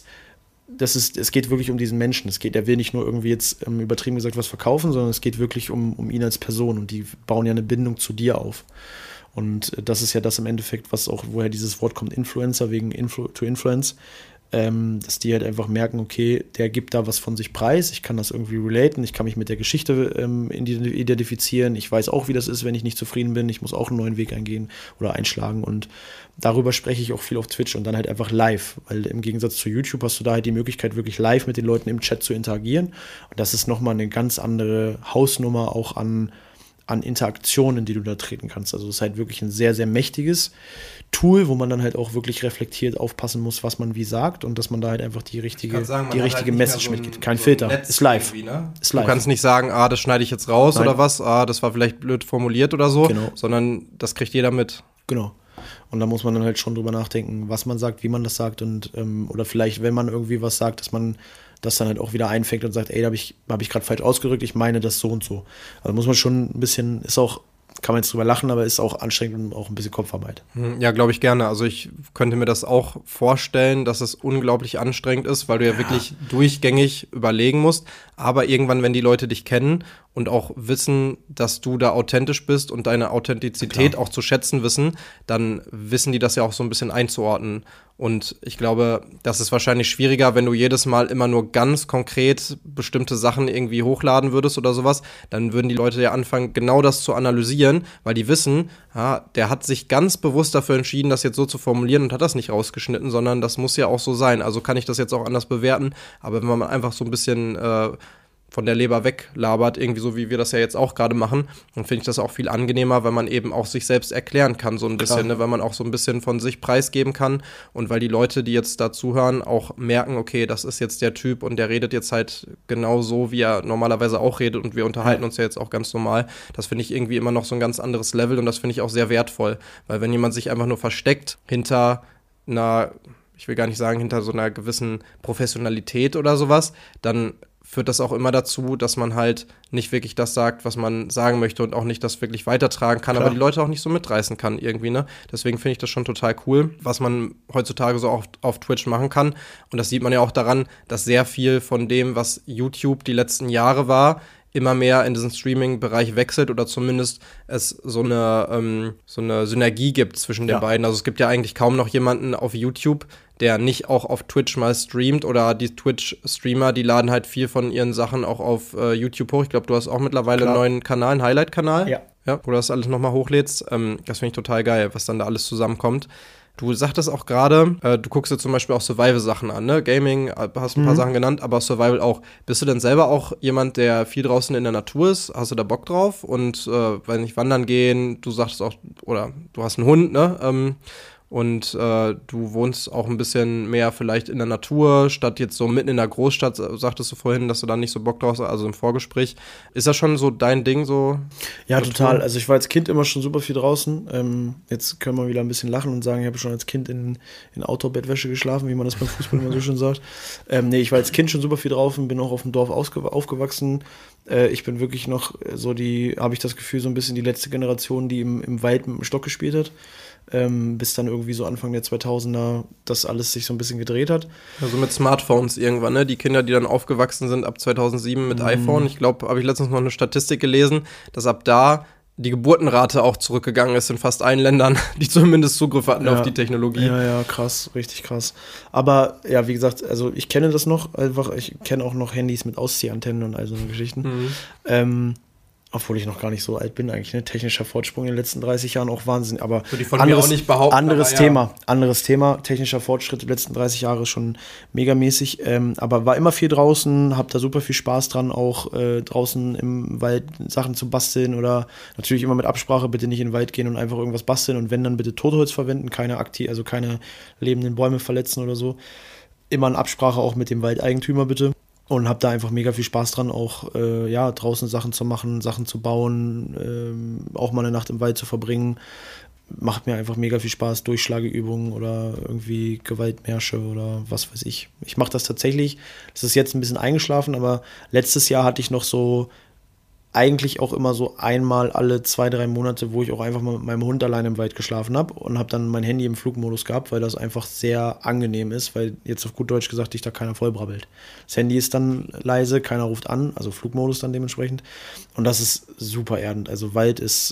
S3: geht wirklich um diesen Menschen. Der will nicht nur irgendwie jetzt übertrieben gesagt was verkaufen, sondern es geht wirklich um ihn als Person, und die bauen ja eine Bindung zu dir auf. Und das ist ja das im Endeffekt, woher dieses Wort kommt, Influencer, wegen to Influence, dass die halt einfach merken, okay, der gibt da was von sich preis, ich kann das irgendwie relaten, ich kann mich mit der Geschichte identifizieren, ich weiß auch, wie das ist, wenn ich nicht zufrieden bin, ich muss auch einen neuen Weg eingehen oder einschlagen, und darüber spreche ich auch viel auf Twitch und dann halt einfach live, weil im Gegensatz zu YouTube hast du da halt die Möglichkeit, wirklich live mit den Leuten im Chat zu interagieren, und das ist nochmal eine ganz andere Hausnummer auch an Interaktionen, die du da treten kannst. Also es ist halt wirklich ein sehr, sehr mächtiges Tool, wo man dann halt auch wirklich reflektiert aufpassen muss, was man wie sagt, und dass man da halt einfach die richtige Message mitgibt. Kein Filter. Ist live.
S2: Ne? Ist live. Du kannst nicht sagen, das schneide ich jetzt raus. Nein. Oder was, das war vielleicht blöd formuliert oder so, genau. Sondern das kriegt jeder mit.
S3: Genau. Und da muss man dann halt schon drüber nachdenken, was man sagt, wie man das sagt, und oder vielleicht, wenn man irgendwie was sagt, dass man das dann halt auch wieder einfängt und sagt, ey, da hab ich gerade falsch ausgedrückt, ich meine das so und so. Also muss man schon ein bisschen, kann man jetzt drüber lachen, aber ist auch anstrengend und auch ein bisschen Kopfarbeit.
S2: Ja, glaube ich gerne. Also ich könnte mir das auch vorstellen, dass es unglaublich anstrengend ist, weil du ja wirklich durchgängig überlegen musst. Aber irgendwann, wenn die Leute dich kennen und auch wissen, dass du da authentisch bist und deine Authentizität auch zu schätzen wissen, dann wissen die das ja auch so ein bisschen einzuordnen. Und ich glaube, das ist wahrscheinlich schwieriger, wenn du jedes Mal immer nur ganz konkret bestimmte Sachen irgendwie hochladen würdest oder sowas. Dann würden die Leute ja anfangen, genau das zu analysieren, weil die wissen, der hat sich ganz bewusst dafür entschieden, das jetzt so zu formulieren und hat das nicht rausgeschnitten, sondern das muss ja auch so sein. Also kann ich das jetzt auch anders bewerten. Aber wenn man einfach so ein bisschen von der Leber weglabert, irgendwie so, wie wir das ja jetzt auch gerade machen, dann finde ich das auch viel angenehmer, weil man eben auch sich selbst erklären kann, so ein bisschen, ne? Weil man auch so ein bisschen von sich preisgeben kann und weil die Leute, die jetzt da zuhören, auch merken, okay, das ist jetzt der Typ und der redet jetzt halt genau so, wie er normalerweise auch redet, und wir unterhalten uns ja jetzt auch ganz normal. Das finde ich irgendwie immer noch so ein ganz anderes Level, und das finde ich auch sehr wertvoll, weil wenn jemand sich einfach nur versteckt hinter ich will gar nicht sagen, hinter so einer gewissen Professionalität oder sowas, dann führt das auch immer dazu, dass man halt nicht wirklich das sagt, was man sagen möchte und auch nicht das wirklich weitertragen kann, aber die Leute auch nicht so mitreißen kann irgendwie, ne? Deswegen finde ich das schon total cool, was man heutzutage so auf Twitch machen kann. Und das sieht man ja auch daran, dass sehr viel von dem, was YouTube die letzten Jahre war, immer mehr in diesen Streaming-Bereich wechselt oder zumindest es so eine Synergie gibt zwischen den beiden. Also es gibt ja eigentlich kaum noch jemanden auf YouTube, der nicht auch auf Twitch mal streamt, oder die Twitch-Streamer, die laden halt viel von ihren Sachen auch auf YouTube hoch. Ich glaube, du hast auch mittlerweile einen neuen Kanal, einen Highlight-Kanal. Ja, wo du das alles nochmal hochlädst. Das finde ich total geil, was dann da alles zusammenkommt. Du sagtest auch gerade, du guckst dir zum Beispiel auch Survival-Sachen an, ne? Gaming, hast ein paar Sachen genannt, aber Survival auch. Bist du denn selber auch jemand, der viel draußen in der Natur ist? Hast du da Bock drauf? Und, weiß nicht, wandern gehen, du sagtest auch, oder du hast einen Hund, ne? Und du wohnst auch ein bisschen mehr vielleicht in der Natur, statt jetzt so mitten in der Großstadt, sagtest du vorhin, dass du da nicht so Bock drauf hast, also im Vorgespräch. Ist das schon so dein Ding so?
S3: Ja, total. Also ich war als Kind immer schon super viel draußen. Jetzt können wir wieder ein bisschen lachen und sagen, ich habe schon als Kind in Outdoor-Bettwäsche geschlafen, wie man das beim Fußball immer so schön sagt. Nee, ich war als Kind schon super viel draußen, bin auch auf dem Dorf aufgewachsen. Ich bin wirklich noch habe ich das Gefühl, so ein bisschen die letzte Generation, die im Wald mit dem Stock gespielt hat. Bis dann irgendwie so Anfang der 2000er das alles sich so ein bisschen gedreht hat.
S2: Also mit Smartphones irgendwann, ne? Die Kinder, die dann aufgewachsen sind ab 2007 mit iPhone. Ich glaube, habe ich letztens noch eine Statistik gelesen, dass ab da die Geburtenrate auch zurückgegangen ist in fast allen Ländern, die zumindest Zugriff hatten auf die Technologie.
S3: Ja, krass, richtig krass. Aber ja, wie gesagt, also ich kenne das noch einfach, ich kenne auch noch Handys mit Ausziehantennen und all so Geschichten. Obwohl ich noch gar nicht so alt bin, eigentlich, ne? Technischer Fortsprung in den letzten 30 Jahren, auch Wahnsinn, aber
S2: würde ich von mir auch nicht behaupten.
S3: Anderes Thema, technischer Fortschritt die letzten 30 Jahre ist schon megamäßig, aber war immer viel draußen, hab da super viel Spaß dran, auch draußen im Wald Sachen zu basteln oder natürlich immer mit Absprache, bitte nicht in den Wald gehen und einfach irgendwas basteln und wenn, dann bitte Totholz verwenden, keine lebenden Bäume verletzen oder so. Immer in Absprache auch mit dem Waldeigentümer, bitte. Und habe da einfach mega viel Spaß dran, auch draußen Sachen zu machen, Sachen zu bauen, auch mal eine Nacht im Wald zu verbringen. Macht mir einfach mega viel Spaß, Durchschlageübungen oder irgendwie Gewaltmärsche oder was weiß ich. Ich mache das tatsächlich, das ist jetzt ein bisschen eingeschlafen, aber letztes Jahr hatte ich noch so eigentlich auch immer so einmal alle 2-3 Monate, wo ich auch einfach mal mit meinem Hund allein im Wald geschlafen habe und habe dann mein Handy im Flugmodus gehabt, weil das einfach sehr angenehm ist, weil jetzt auf gut Deutsch gesagt, dich da keiner vollbrabbelt. Das Handy ist dann leise, keiner ruft an, also Flugmodus dann dementsprechend und das ist super erdend. Also Wald ist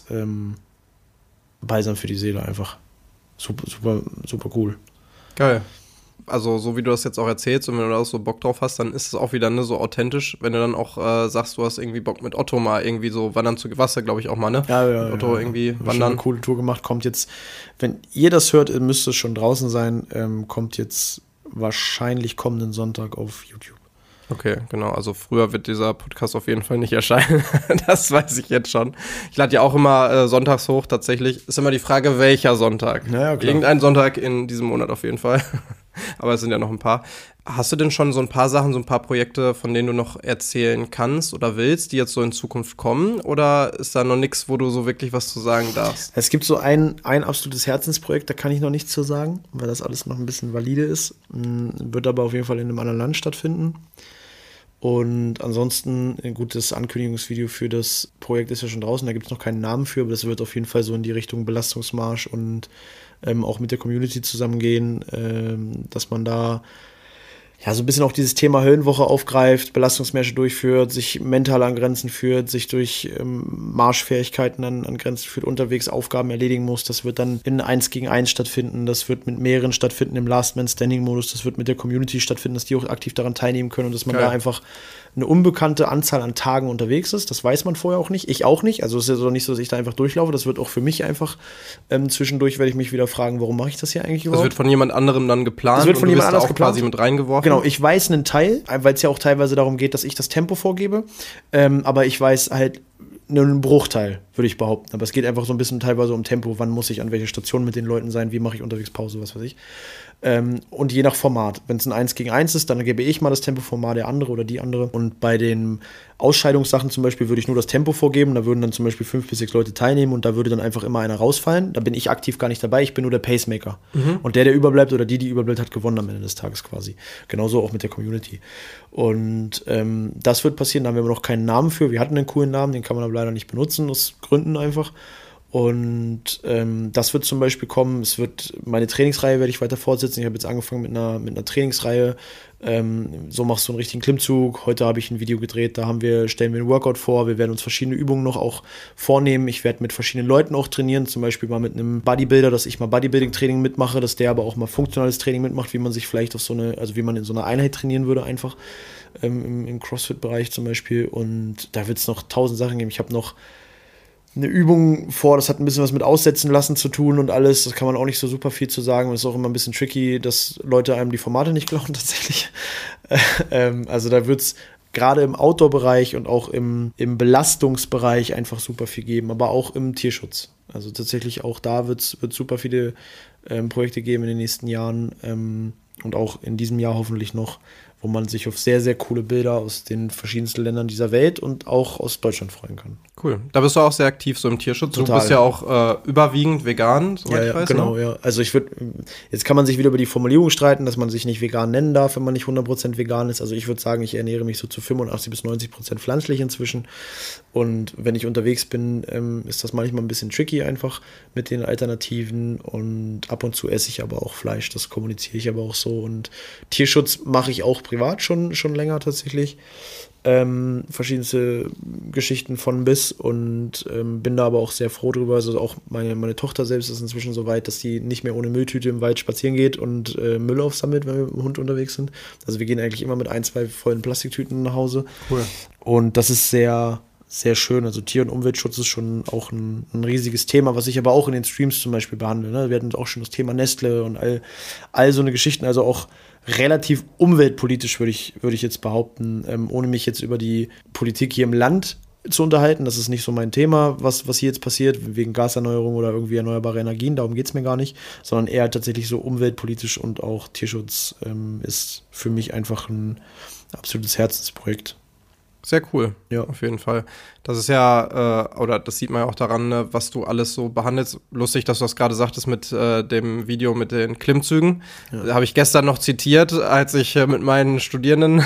S3: Balsam für die Seele einfach. Super, super, super cool.
S2: Geil. Also so wie du das jetzt auch erzählst und wenn du da auch so Bock drauf hast, dann ist es auch wieder so authentisch, wenn du dann auch sagst, du hast irgendwie Bock mit Otto mal irgendwie so wandern zu Wasser, glaube ich auch mal, ne?
S3: Ja.
S2: Otto irgendwie wandern.
S3: Schon eine coole Tour gemacht, kommt jetzt, wenn ihr das hört, müsste es schon draußen sein, kommt jetzt wahrscheinlich kommenden Sonntag auf YouTube.
S2: Okay, genau. Also früher wird dieser Podcast auf jeden Fall nicht erscheinen. Das weiß ich jetzt schon. Ich lade ja auch immer sonntags hoch, tatsächlich. Ist immer die Frage, welcher Sonntag.
S3: Ja, klar.
S2: Irgendein Sonntag in diesem Monat auf jeden Fall. Aber es sind ja noch ein paar. Hast du denn schon so ein paar Sachen, so ein paar Projekte, von denen du noch erzählen kannst oder willst, die jetzt so in Zukunft kommen? Oder ist da noch nichts, wo du so wirklich was zu sagen darfst?
S3: Es gibt so ein absolutes Herzensprojekt, da kann ich noch nichts zu sagen, weil das alles noch ein bisschen valide ist. Wird aber auf jeden Fall in einem anderen Land stattfinden. Und ansonsten, ein gutes Ankündigungsvideo für das Projekt ist ja schon draußen, da gibt es noch keinen Namen für, aber das wird auf jeden Fall so in die Richtung Belastungsmarsch und auch mit der Community zusammengehen, dass man da ja so ein bisschen auch dieses Thema Höllenwoche aufgreift, Belastungsmärsche durchführt, sich mental an Grenzen führt, sich durch Marschfähigkeiten an Grenzen führt, unterwegs Aufgaben erledigen muss. Das wird dann in 1 gegen 1 stattfinden, das wird mit mehreren stattfinden im Last-Man-Standing-Modus, das wird mit der Community stattfinden, dass die auch aktiv daran teilnehmen können und dass man da einfach eine unbekannte Anzahl an Tagen unterwegs ist. Das weiß man vorher auch nicht, ich auch nicht. Also es ist ja so nicht so, dass ich da einfach durchlaufe. Das wird auch für mich einfach zwischendurch werde ich mich wieder fragen, warum mache ich das hier eigentlich überhaupt?
S2: Das wird von jemand anderem dann geplant.
S3: Das wird von jemand anderem
S2: quasi mit reingeworfen.
S3: Genau, ich weiß einen Teil, weil es ja auch teilweise darum geht, dass ich das Tempo vorgebe. Aber ich weiß halt einen Bruchteil, würde ich behaupten. Aber es geht einfach so ein bisschen teilweise um Tempo. Wann muss ich an welcher Station mit den Leuten sein? Wie mache ich unterwegs Pause? Was weiß ich. Und je nach Format. Wenn es ein 1 gegen 1 ist, dann gebe ich mal das Tempoformat, der andere oder die andere. Und bei den Ausscheidungssachen zum Beispiel würde ich nur das Tempo vorgeben. Da würden dann zum Beispiel 5 bis 6 Leute teilnehmen und da würde dann einfach immer einer rausfallen. Da bin ich aktiv gar nicht dabei, ich bin nur der Pacemaker. Und der überbleibt oder die überbleibt, hat gewonnen am Ende des Tages quasi. Genauso auch mit der Community. Und das wird passieren, da haben wir aber noch keinen Namen für. Wir hatten einen coolen Namen, den kann man aber leider nicht benutzen, aus Gründen einfach. Und das wird zum Beispiel kommen. Meine Trainingsreihe werde ich weiter fortsetzen. Ich habe jetzt angefangen mit einer Trainingsreihe. So machst du einen richtigen Klimmzug. Heute habe ich ein Video gedreht, stellen wir einen Workout vor. Wir werden uns verschiedene Übungen noch auch vornehmen. Ich werde mit verschiedenen Leuten auch trainieren, zum Beispiel mal mit einem Bodybuilder, dass ich mal Bodybuilding-Training mitmache, dass der aber auch mal funktionales Training mitmacht, wie man sich vielleicht wie man in so einer Einheit trainieren würde einfach. Im CrossFit-Bereich zum Beispiel. Und da wird es noch 1000 Sachen geben. Ich habe noch eine Übung vor, das hat ein bisschen was mit Aussetzen lassen zu tun und alles, das kann man auch nicht so super viel zu sagen, das ist auch immer ein bisschen tricky, dass Leute einem die Formate nicht glauben tatsächlich. Also da wird es gerade im Outdoor-Bereich und auch im Belastungsbereich einfach super viel geben, aber auch im Tierschutz. Also tatsächlich auch da wird es super viele Projekte geben in den nächsten Jahren und auch in diesem Jahr hoffentlich noch, wo man sich auf sehr, sehr coole Bilder aus den verschiedensten Ländern dieser Welt und auch aus Deutschland freuen kann.
S2: Cool. Da bist du auch sehr aktiv so im Tierschutz.
S3: Total.
S2: Du bist ja auch überwiegend vegan, soweit ich weiß.
S3: Genau, ja. Also jetzt kann man sich wieder über die Formulierung streiten, dass man sich nicht vegan nennen darf, wenn man nicht 100% vegan ist. Also ich würde sagen, ich ernähre mich so zu 85 bis 90% pflanzlich inzwischen. Und wenn ich unterwegs bin, ist das manchmal ein bisschen tricky einfach mit den Alternativen. Und ab und zu esse ich aber auch Fleisch, das kommuniziere ich aber auch so. Und Tierschutz mache ich auch privat schon länger tatsächlich. Verschiedenste Geschichten von bis und bin da aber auch sehr froh drüber. Also auch meine Tochter selbst ist inzwischen so weit, dass sie nicht mehr ohne Mülltüte im Wald spazieren geht und Müll aufsammelt, wenn wir mit dem Hund unterwegs sind. Also wir gehen eigentlich immer mit 1-2 vollen Plastiktüten nach Hause.
S2: Cool.
S3: Und das ist sehr, sehr schön. Also Tier- und Umweltschutz ist schon auch ein riesiges Thema, was ich aber auch in den Streams zum Beispiel behandle. Ne? Wir hatten auch schon das Thema Nestle und all so eine Geschichten, also auch relativ umweltpolitisch, würde ich jetzt behaupten, ohne mich jetzt über die Politik hier im Land zu unterhalten. Das ist nicht so mein Thema, was hier jetzt passiert, wegen Gaserneuerung oder irgendwie erneuerbare Energien, darum geht es mir gar nicht, sondern eher tatsächlich so umweltpolitisch und auch Tierschutz ist für mich einfach ein absolutes Herzensprojekt.
S2: Sehr cool,
S3: ja,
S2: auf jeden Fall. Das ist ja, oder das sieht man ja auch daran, ne, was du alles so behandelst. Lustig, dass du das gerade sagtest mit dem Video mit den Klimmzügen. Ja. Habe ich gestern noch zitiert, als ich mit meinen Studierenden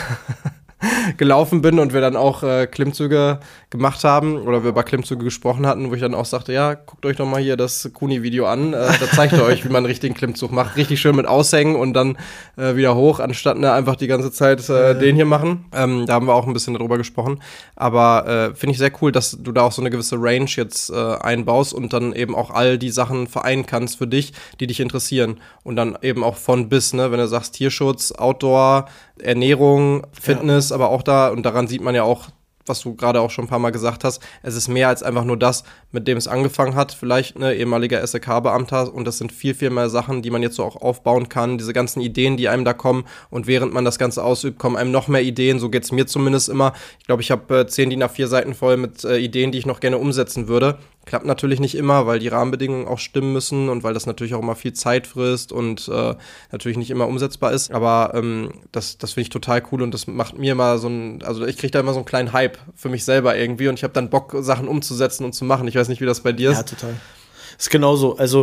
S2: gelaufen bin und wir dann auch Klimmzüge gemacht haben oder wir über Klimmzüge gesprochen hatten, wo ich dann auch sagte, ja, guckt euch doch mal hier das Kuni-Video an, da zeigt er euch, wie man einen richtigen Klimmzug macht. Richtig schön mit Aushängen und dann wieder hoch, anstatt einfach die ganze Zeit den hier machen. Da haben wir auch ein bisschen darüber gesprochen. Aber finde ich sehr cool, dass du da auch so eine gewisse Range jetzt einbaust und dann eben auch all die Sachen vereinen kannst für dich, die dich interessieren. Und dann eben auch von bis, ne, wenn du sagst Tierschutz, Outdoor, Ernährung, Fitness, aber auch da, und daran sieht man ja auch, was du gerade auch schon ein paar Mal gesagt hast, es ist mehr als einfach nur das, mit dem es angefangen hat, vielleicht ein ehemaliger SEK-Beamter, und das sind viel, viel mehr Sachen, die man jetzt so auch aufbauen kann, diese ganzen Ideen, die einem da kommen, und während man das Ganze ausübt, kommen einem noch mehr Ideen, so geht's mir zumindest immer. Ich glaube, ich habe 10 DIN A4 Seiten voll mit Ideen, die ich noch gerne umsetzen würde. Klappt natürlich nicht immer, weil die Rahmenbedingungen auch stimmen müssen und weil das natürlich auch immer viel Zeit frisst und natürlich nicht immer umsetzbar ist. Aber das finde ich total cool und das macht mir immer also ich kriege da immer so einen kleinen Hype für mich selber irgendwie und ich habe dann Bock, Sachen umzusetzen und zu machen. Ich weiß nicht, wie das bei dir ist.
S3: Ja, total. Ist genauso. Also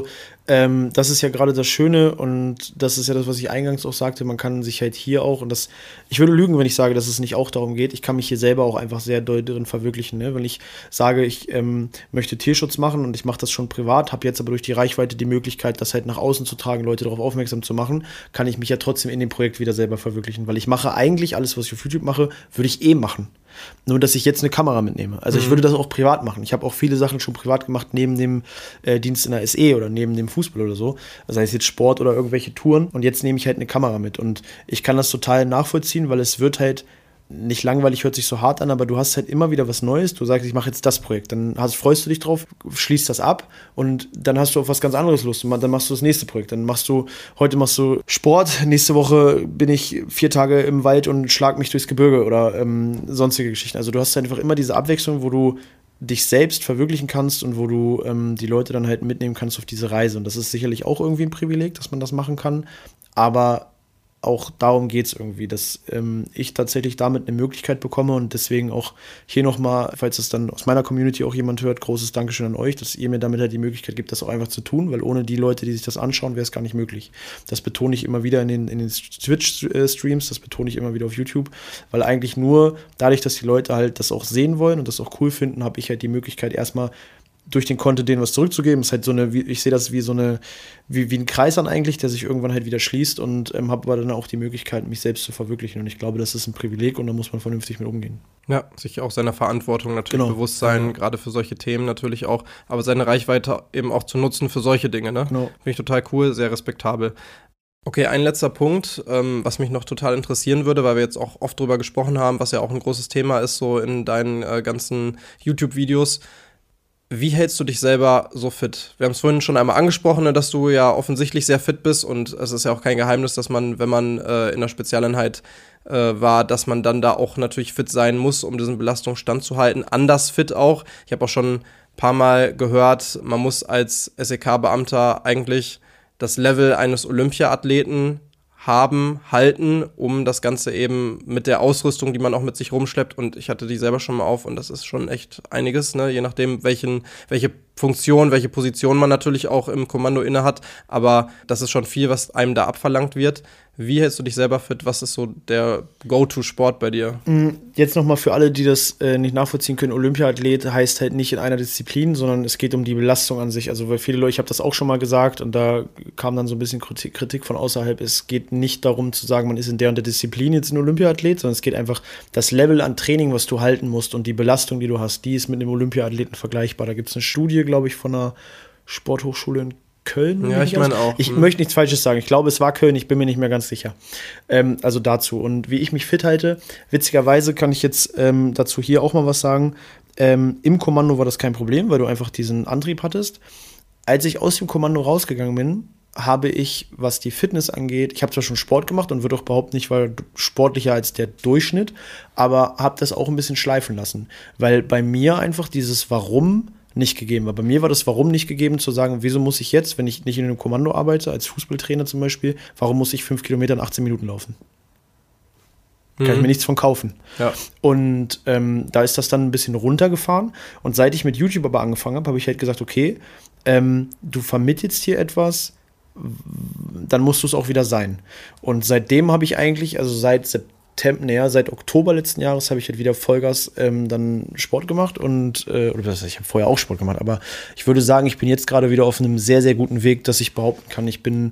S3: das ist ja gerade das Schöne und das ist ja das, was ich eingangs auch sagte, man kann sich halt hier auch, und das, ich würde lügen, wenn ich sage, dass es nicht auch darum geht, ich kann mich hier selber auch einfach sehr doll drin verwirklichen, ne? Wenn ich sage, ich möchte Tierschutz machen und ich mache das schon privat, habe jetzt aber durch die Reichweite die Möglichkeit, das halt nach außen zu tragen, Leute darauf aufmerksam zu machen, kann ich mich ja trotzdem in dem Projekt wieder selber verwirklichen, weil ich mache eigentlich alles, was ich auf YouTube mache, würde ich machen. Nur, dass ich jetzt eine Kamera mitnehme. Also ich würde das auch privat machen. Ich habe auch viele Sachen schon privat gemacht, neben dem Dienst in der SE oder neben dem Fußball oder so. Das heißt jetzt Sport oder irgendwelche Touren. Und jetzt nehme ich halt eine Kamera mit. Und ich kann das total nachvollziehen, weil es wird halt nicht langweilig, hört sich so hart an, aber du hast halt immer wieder was Neues. Du sagst, ich mache jetzt das Projekt. Dann freust du dich drauf, schließt das ab und dann hast du auf was ganz anderes Lust. Und dann machst du das nächste Projekt. Heute machst du Sport, nächste Woche bin ich 4 Tage im Wald und schlag mich durchs Gebirge oder sonstige Geschichten. Also du hast einfach immer diese Abwechslung, wo du dich selbst verwirklichen kannst und wo du die Leute dann halt mitnehmen kannst auf diese Reise. Und das ist sicherlich auch irgendwie ein Privileg, dass man das machen kann. aber auch darum geht es irgendwie, dass ich tatsächlich damit eine Möglichkeit bekomme und deswegen auch hier nochmal, falls es dann aus meiner Community auch jemand hört, großes Dankeschön an euch, dass ihr mir damit halt die Möglichkeit gibt, das auch einfach zu tun, weil ohne die Leute, die sich das anschauen, wäre es gar nicht möglich. Das betone ich immer wieder in den Twitch-Streams, das betone ich immer wieder auf YouTube, weil eigentlich nur dadurch, dass die Leute halt das auch sehen wollen und das auch cool finden, habe ich halt die Möglichkeit erstmal durch den Content denen was zurückzugeben. Das ist halt so eine, ich sehe das wie ein Kreis an eigentlich, der sich irgendwann halt wieder schließt und habe aber dann auch die Möglichkeit, mich selbst zu verwirklichen. Und ich glaube, das ist ein Privileg und da muss man vernünftig mit umgehen.
S2: Ja, sich auch seiner Verantwortung natürlich bewusst sein, gerade für solche Themen natürlich auch, aber seine Reichweite eben auch zu nutzen für solche Dinge, ne? Finde ich total cool, sehr respektabel. Okay, ein letzter Punkt, was mich noch total interessieren würde, weil wir jetzt auch oft drüber gesprochen haben, was ja auch ein großes Thema ist, so in deinen ganzen YouTube-Videos. Wie hältst du dich selber so fit? Wir haben es vorhin schon einmal angesprochen, ne, dass du ja offensichtlich sehr fit bist und es ist ja auch kein Geheimnis, dass man, wenn man in der Spezialeinheit war, dass man dann da auch natürlich fit sein muss, um diesen Belastungen standzuhalten. Anders fit auch. Ich habe auch schon ein paar Mal gehört, man muss als SEK-Beamter eigentlich das Level eines Olympiathleten halten, um das Ganze eben mit der Ausrüstung, die man auch mit sich rumschleppt, und ich hatte die selber schon mal auf und das ist schon echt einiges, ne? Je nachdem, welche Funktion, welche Position man natürlich auch im Kommando inne hat, aber das ist schon viel, was einem da abverlangt wird. Wie hältst du dich selber fit? Was ist so der Go-To-Sport bei dir?
S3: Jetzt nochmal für alle, die das nicht nachvollziehen können, Olympiaathlet heißt halt nicht in einer Disziplin, sondern es geht um die Belastung an sich. Also weil viele Leute, ich habe das auch schon mal gesagt und da kam dann so ein bisschen Kritik von außerhalb, es geht nicht darum zu sagen, man ist in der und der Disziplin jetzt ein Olympiaathlet, sondern es geht einfach, das Level an Training, was du halten musst und die Belastung, die du hast, die ist mit einem Olympiathleten vergleichbar. Da gibt es eine Studie, glaube ich, von einer Sporthochschule in Köln.
S2: Ja, ich meine auch.
S3: Ich möchte nichts Falsches sagen. Ich glaube, es war Köln, ich bin mir nicht mehr ganz sicher. Also dazu. Und wie ich mich fit halte, witzigerweise kann ich jetzt dazu hier auch mal was sagen. Im Kommando war das kein Problem, weil du einfach diesen Antrieb hattest. Als ich aus dem Kommando rausgegangen bin, habe ich, was die Fitness angeht, ich habe zwar schon Sport gemacht und würde auch behaupten, nicht war sportlicher als der Durchschnitt, aber habe das auch ein bisschen schleifen lassen. Weil bei mir einfach dieses Warum nicht gegeben war. Bei mir war das Warum nicht gegeben, zu sagen, wieso muss ich jetzt, wenn ich nicht in einem Kommando arbeite, als Fußballtrainer zum Beispiel, warum muss ich 5 Kilometer in 18 Minuten laufen? Kann ich mir nichts von kaufen.
S2: Ja. Und
S3: da ist das dann ein bisschen runtergefahren. Und seit ich mit YouTube aber angefangen habe, habe ich halt gesagt, okay, du vermittelst hier etwas, dann musst du es auch wieder sein. Und seitdem habe ich eigentlich, also seit Oktober letzten Jahres habe ich halt wieder Vollgas dann Sport gemacht und ich habe vorher auch Sport gemacht, aber ich würde sagen, ich bin jetzt gerade wieder auf einem sehr, sehr guten Weg, dass ich behaupten kann, ich bin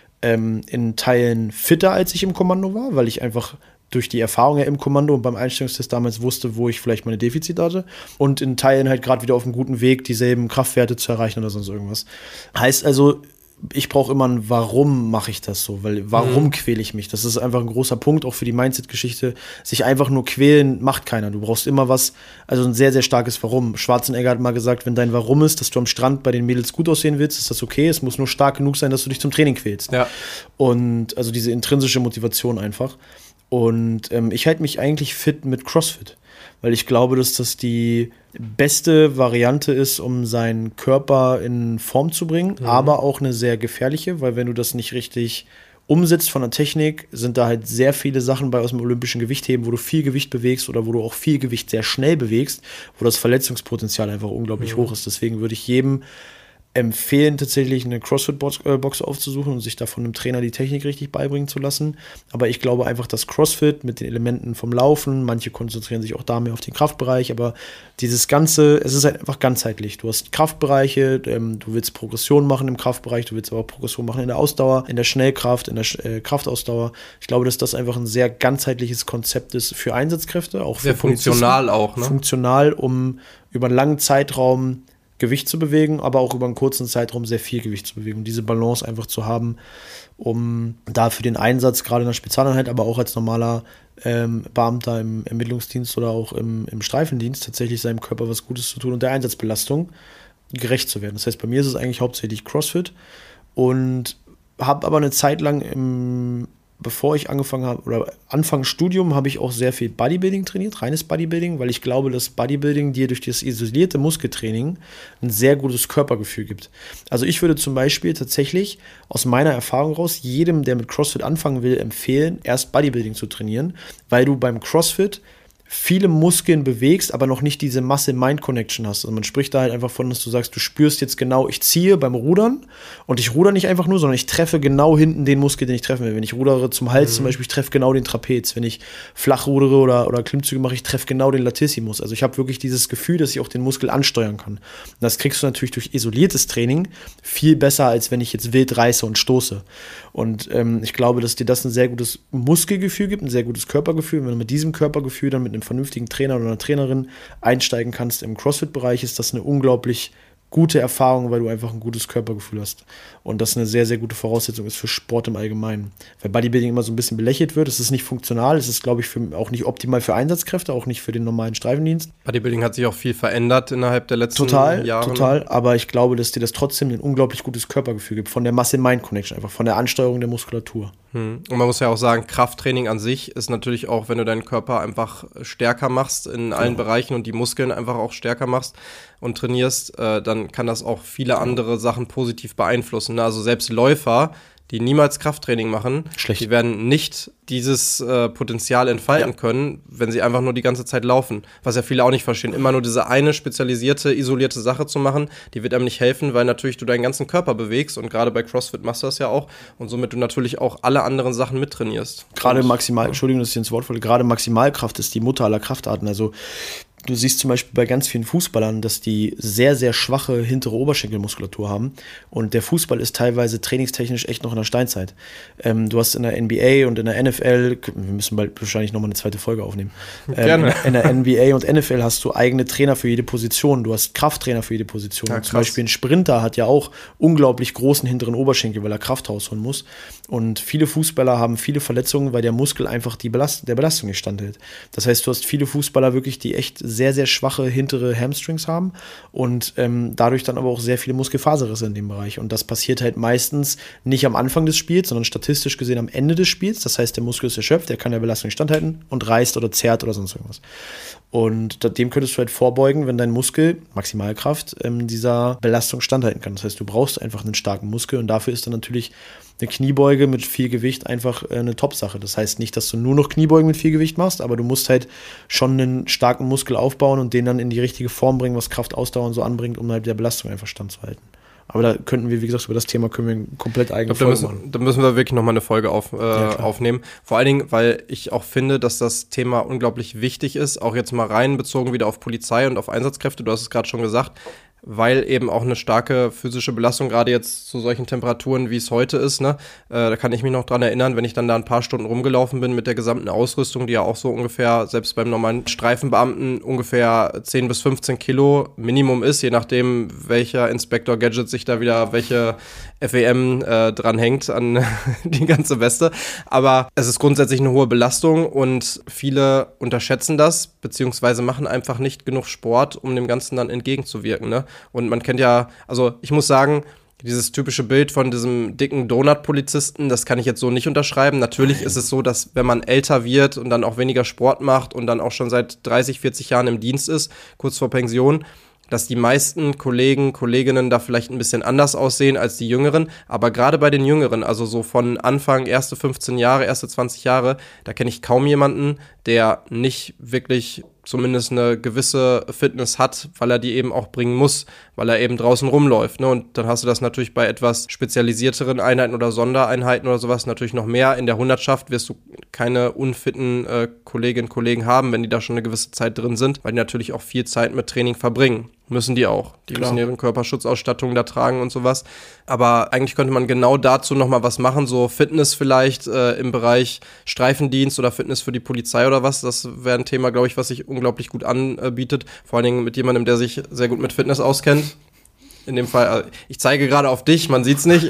S3: in Teilen fitter, als ich im Kommando war, weil ich einfach durch die Erfahrung ja im Kommando und beim Einstellungstest damals wusste, wo ich vielleicht meine Defizite hatte und in Teilen halt gerade wieder auf einem guten Weg, dieselben Kraftwerte zu erreichen oder sonst irgendwas. Heißt also, ich brauche immer ein Warum mache ich das so, weil warum quäle ich mich? Das ist einfach ein großer Punkt, auch für die Mindset-Geschichte. Sich einfach nur quälen macht keiner. Du brauchst immer was, also ein sehr, sehr starkes Warum. Schwarzenegger hat mal gesagt, wenn dein Warum ist, dass du am Strand bei den Mädels gut aussehen willst, ist das okay. Es muss nur stark genug sein, dass du dich zum Training quälst.
S2: Ja.
S3: Und also diese intrinsische Motivation einfach. Und ich halte mich eigentlich fit mit CrossFit, weil ich glaube, dass das die beste Variante ist, um seinen Körper in Form zu bringen, aber auch eine sehr gefährliche, weil wenn du das nicht richtig umsetzt von der Technik, sind da halt sehr viele Sachen bei aus dem olympischen Gewichtheben, wo du viel Gewicht bewegst oder wo du auch viel Gewicht sehr schnell bewegst, wo das Verletzungspotenzial einfach unglaublich hoch ist. Deswegen würde ich jedem empfehlen, tatsächlich eine CrossFit-Box aufzusuchen und sich da von einem Trainer die Technik richtig beibringen zu lassen. Aber ich glaube einfach, dass CrossFit mit den Elementen vom Laufen, manche konzentrieren sich auch da mehr auf den Kraftbereich, aber dieses Ganze, es ist halt einfach ganzheitlich. Du hast Kraftbereiche, du willst Progression machen im Kraftbereich, du willst aber auch Progression machen in der Ausdauer, in der Schnellkraft, in der Kraftausdauer. Ich glaube, dass das einfach ein sehr ganzheitliches Konzept ist für Einsatzkräfte, auch
S2: sehr
S3: für
S2: funktional auch, ne?
S3: Funktional, um über einen langen Zeitraum Gewicht zu bewegen, aber auch über einen kurzen Zeitraum sehr viel Gewicht zu bewegen. Und diese Balance einfach zu haben, um da für den Einsatz, gerade in der Spezialeinheit, aber auch als normaler Beamter im Ermittlungsdienst oder auch im Streifendienst tatsächlich seinem Körper was Gutes zu tun und der Einsatzbelastung gerecht zu werden. Das heißt, bei mir ist es eigentlich hauptsächlich CrossFit und habe aber eine Zeit lang bevor ich angefangen habe, oder Anfang Studium, habe ich auch sehr viel Bodybuilding trainiert, reines Bodybuilding, weil ich glaube, dass Bodybuilding dir durch das isolierte Muskeltraining ein sehr gutes Körpergefühl gibt. Also ich würde zum Beispiel tatsächlich aus meiner Erfahrung raus jedem, der mit CrossFit anfangen will, empfehlen, erst Bodybuilding zu trainieren, weil du beim CrossFit viele Muskeln bewegst, aber noch nicht diese Muscle-Mind-Connection hast. Also man spricht da halt einfach von, dass du sagst, du spürst jetzt genau, ich ziehe beim Rudern und ich ruder nicht einfach nur, sondern ich treffe genau hinten den Muskel, den ich treffen will. Wenn ich rudere zum Hals zum Beispiel, ich treffe genau den Trapez. Wenn ich flach rudere oder Klimmzüge mache, ich treffe genau den Latissimus. Also ich habe wirklich dieses Gefühl, dass ich auch den Muskel ansteuern kann. Und das kriegst du natürlich durch isoliertes Training viel besser, als wenn ich jetzt wild reiße und stoße. Und ich glaube, dass dir das ein sehr gutes Muskelgefühl gibt, ein sehr gutes Körpergefühl. Und wenn du mit diesem Körpergefühl dann mit einem vernünftigen Trainer oder einer Trainerin einsteigen kannst im CrossFit-Bereich, ist das eine unglaublich gute Erfahrung, weil du einfach ein gutes Körpergefühl hast. Und das eine sehr, sehr gute Voraussetzung ist für Sport im Allgemeinen. Weil Bodybuilding immer so ein bisschen belächelt wird, es ist nicht funktional, es ist, glaube ich, auch nicht optimal für Einsatzkräfte, auch nicht für den normalen Streifendienst.
S2: Bodybuilding hat sich auch viel verändert innerhalb der letzten Jahre.
S3: Total, aber ich glaube, dass dir das trotzdem ein unglaublich gutes Körpergefühl gibt, von der Muscle-Mind-Connection, einfach von der Ansteuerung der Muskulatur.
S2: Und man muss ja auch sagen, Krafttraining an sich ist natürlich auch, wenn du deinen Körper einfach stärker machst in allen Bereichen und die Muskeln einfach auch stärker machst und trainierst, dann kann das auch viele andere Sachen positiv beeinflussen. Also selbst Läufer, die niemals Krafttraining machen, die werden nicht dieses Potenzial entfalten können, wenn sie einfach nur die ganze Zeit laufen. Was ja viele auch nicht verstehen. Immer nur diese eine spezialisierte, isolierte Sache zu machen, die wird einem nicht helfen, weil natürlich du deinen ganzen Körper bewegst und gerade bei CrossFit machst du das ja auch und somit du natürlich auch alle anderen Sachen mittrainierst.
S3: Gerade Entschuldigung, dass ich ins Wort falle, gerade Maximalkraft ist die Mutter aller Kraftarten. Also du siehst zum Beispiel bei ganz vielen Fußballern, dass die sehr, sehr schwache hintere Oberschenkelmuskulatur haben. Und der Fußball ist teilweise trainingstechnisch echt noch in der Steinzeit. Du hast in der NBA und in der NFL, wir müssen bald wahrscheinlich nochmal eine zweite Folge aufnehmen.
S2: Gerne.
S3: In der NBA und NFL hast du eigene Trainer für jede Position. Du hast Krafttrainer für jede Position. Ja, zum Beispiel ein Sprinter hat ja auch unglaublich großen hinteren Oberschenkel, weil er Kraft rausholen muss. Und viele Fußballer haben viele Verletzungen, weil der Muskel einfach der Belastung nicht standhält. Das heißt, du hast viele Fußballer wirklich, die echt sehr, sehr schwache hintere Hamstrings haben und dadurch dann aber auch sehr viele Muskelfaserrisse in dem Bereich. Und das passiert halt meistens nicht am Anfang des Spiels, sondern statistisch gesehen am Ende des Spiels. Das heißt, der Muskel ist erschöpft, der kann der Belastung nicht standhalten und reißt oder zerrt oder sonst irgendwas. Und dem könntest du halt vorbeugen, wenn dein Muskel, Maximalkraft, dieser Belastung standhalten kann. Das heißt, du brauchst einfach einen starken Muskel und dafür ist dann natürlich eine Kniebeuge mit viel Gewicht einfach eine Top-Sache. Das heißt nicht, dass du nur noch Kniebeugen mit viel Gewicht machst, aber du musst halt schon einen starken Muskel aufbauen und den dann in die richtige Form bringen, was Kraft, Ausdauer und so anbringt, um halt der Belastung einfach standzuhalten. Aber da könnten wir, wie gesagt, über das Thema können wir komplett eigene Folge machen.
S2: Da müssen wir wirklich nochmal eine Folge aufnehmen. Vor allen Dingen, weil ich auch finde, dass das Thema unglaublich wichtig ist, auch jetzt mal rein bezogen wieder auf Polizei und auf Einsatzkräfte, du hast es gerade schon gesagt, weil eben auch eine starke physische Belastung, gerade jetzt zu solchen Temperaturen, wie es heute ist, ne, da kann ich mich noch dran erinnern, wenn ich dann da ein paar Stunden rumgelaufen bin mit der gesamten Ausrüstung, die ja auch so ungefähr, selbst beim normalen Streifenbeamten, ungefähr 10 bis 15 Kilo Minimum ist, je nachdem, welcher Inspector-Gadget sich da wieder, welche FEM dranhängt an die ganze Weste. Aber es ist grundsätzlich eine hohe Belastung und viele unterschätzen das, beziehungsweise machen einfach nicht genug Sport, um dem Ganzen dann entgegenzuwirken, ne? Und man kennt ja, also ich muss sagen, dieses typische Bild von diesem dicken Donut-Polizisten, das kann ich jetzt so nicht unterschreiben. Natürlich ist es so, dass wenn man älter wird und dann auch weniger Sport macht und dann auch schon seit 30, 40 Jahren im Dienst ist, kurz vor Pension, dass die meisten Kolleginnen da vielleicht ein bisschen anders aussehen als die Jüngeren. Aber gerade bei den Jüngeren, also so von Anfang, erste 15 Jahre, erste 20 Jahre, da kenne ich kaum jemanden, der nicht wirklich zumindest eine gewisse Fitness hat, weil er die eben auch bringen muss, weil er eben draußen rumläuft, ne? Und dann hast du das natürlich bei etwas spezialisierteren Einheiten oder Sondereinheiten oder sowas natürlich noch mehr. In der Hundertschaft wirst du keine unfitten Kolleginnen und Kollegen haben, wenn die da schon eine gewisse Zeit drin sind, weil die natürlich auch viel Zeit mit Training verbringen. Müssen die auch. Die müssen ihre Körperschutzausstattung da tragen und sowas. Aber eigentlich könnte man genau dazu nochmal was machen, so Fitness vielleicht im Bereich Streifendienst oder Fitness für die Polizei oder was. Das wäre ein Thema, glaube ich, was sich unglaublich gut anbietet. Vor allen Dingen mit jemandem, der sich sehr gut mit Fitness auskennt. In dem Fall, ich zeige gerade auf dich, man sieht's nicht,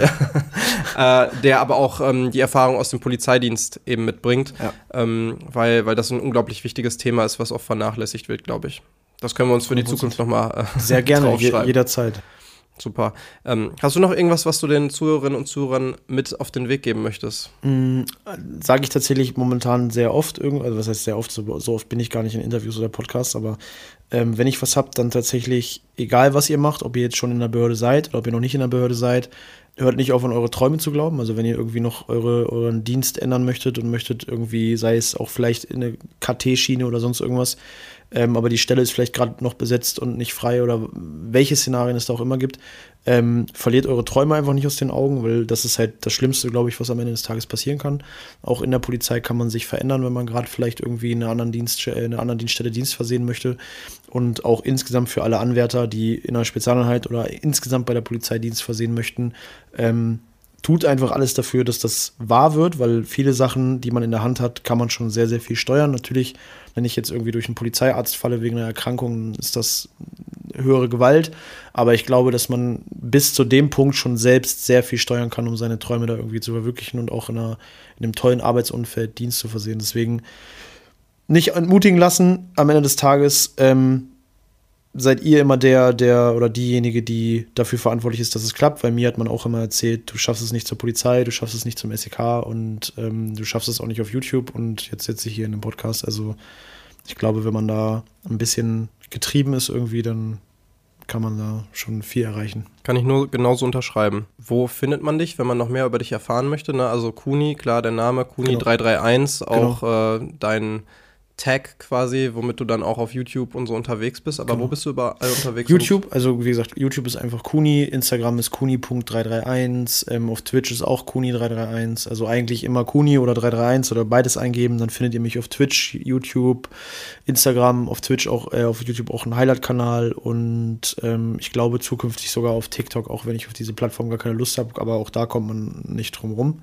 S2: der aber auch die Erfahrung aus dem Polizeidienst eben mitbringt, weil das ein unglaublich wichtiges Thema ist, was oft vernachlässigt wird, glaube ich. Das können wir uns für die Zukunft nochmal
S3: sehr gerne, jederzeit.
S2: Super. Hast du noch irgendwas, was du den Zuhörerinnen und Zuhörern mit auf den Weg geben möchtest?
S3: Sage ich tatsächlich momentan sehr oft, also was heißt sehr oft, so oft bin ich gar nicht in Interviews oder Podcasts, aber wenn ich was habe, dann tatsächlich, egal was ihr macht, ob ihr jetzt schon in der Behörde seid oder ob ihr noch nicht in der Behörde seid, hört nicht auf, an eure Träume zu glauben. Also wenn ihr irgendwie noch euren Dienst ändern möchtet und möchtet irgendwie, sei es auch vielleicht in eine KT-Schiene oder sonst irgendwas, aber die Stelle ist vielleicht gerade noch besetzt und nicht frei oder welche Szenarien es da auch immer gibt, verliert eure Träume einfach nicht aus den Augen, weil das ist halt das Schlimmste, glaube ich, was am Ende des Tages passieren kann. Auch in der Polizei kann man sich verändern, wenn man gerade vielleicht irgendwie in einer anderen Dienststelle Dienst versehen möchte. Und auch insgesamt für alle Anwärter, die in einer Spezialeinheit oder insgesamt bei der Polizei Dienst versehen möchten, tut einfach alles dafür, dass das wahr wird, weil viele Sachen, die man in der Hand hat, kann man schon sehr, sehr viel steuern. Natürlich, wenn ich jetzt irgendwie durch einen Polizeiarzt falle wegen einer Erkrankung, ist das höhere Gewalt. Aber ich glaube, dass man bis zu dem Punkt schon selbst sehr viel steuern kann, um seine Träume da irgendwie zu verwirklichen und auch in einem tollen Arbeitsumfeld Dienst zu versehen. Deswegen nicht entmutigen lassen. Am Ende des Tages seid ihr immer der oder diejenige, die dafür verantwortlich ist, dass es klappt, weil mir hat man auch immer erzählt, du schaffst es nicht zur Polizei, du schaffst es nicht zum SEK und du schaffst es auch nicht auf YouTube und jetzt sitze ich hier in einem Podcast, also ich glaube, wenn man da ein bisschen getrieben ist irgendwie, dann kann man da schon viel erreichen.
S2: Kann ich nur genauso unterschreiben. Wo findet man dich, wenn man noch mehr über dich erfahren möchte? Ne? Also Kuni, klar, der Name Kuni 331, auch dein Tag quasi, womit du dann auch auf YouTube und so unterwegs bist. Aber wo bist du überall unterwegs?
S3: YouTube, also wie gesagt, YouTube ist einfach Kuni, Instagram ist Kuni.331, auf Twitch ist auch Kuni331, also eigentlich immer Kuni oder 331 oder beides eingeben, dann findet ihr mich auf Twitch, YouTube, Instagram, auf Twitch auch, auf YouTube auch ein Highlight-Kanal und ich glaube zukünftig sogar auf TikTok, auch wenn ich auf diese Plattform gar keine Lust habe, aber auch da kommt man nicht drum rum.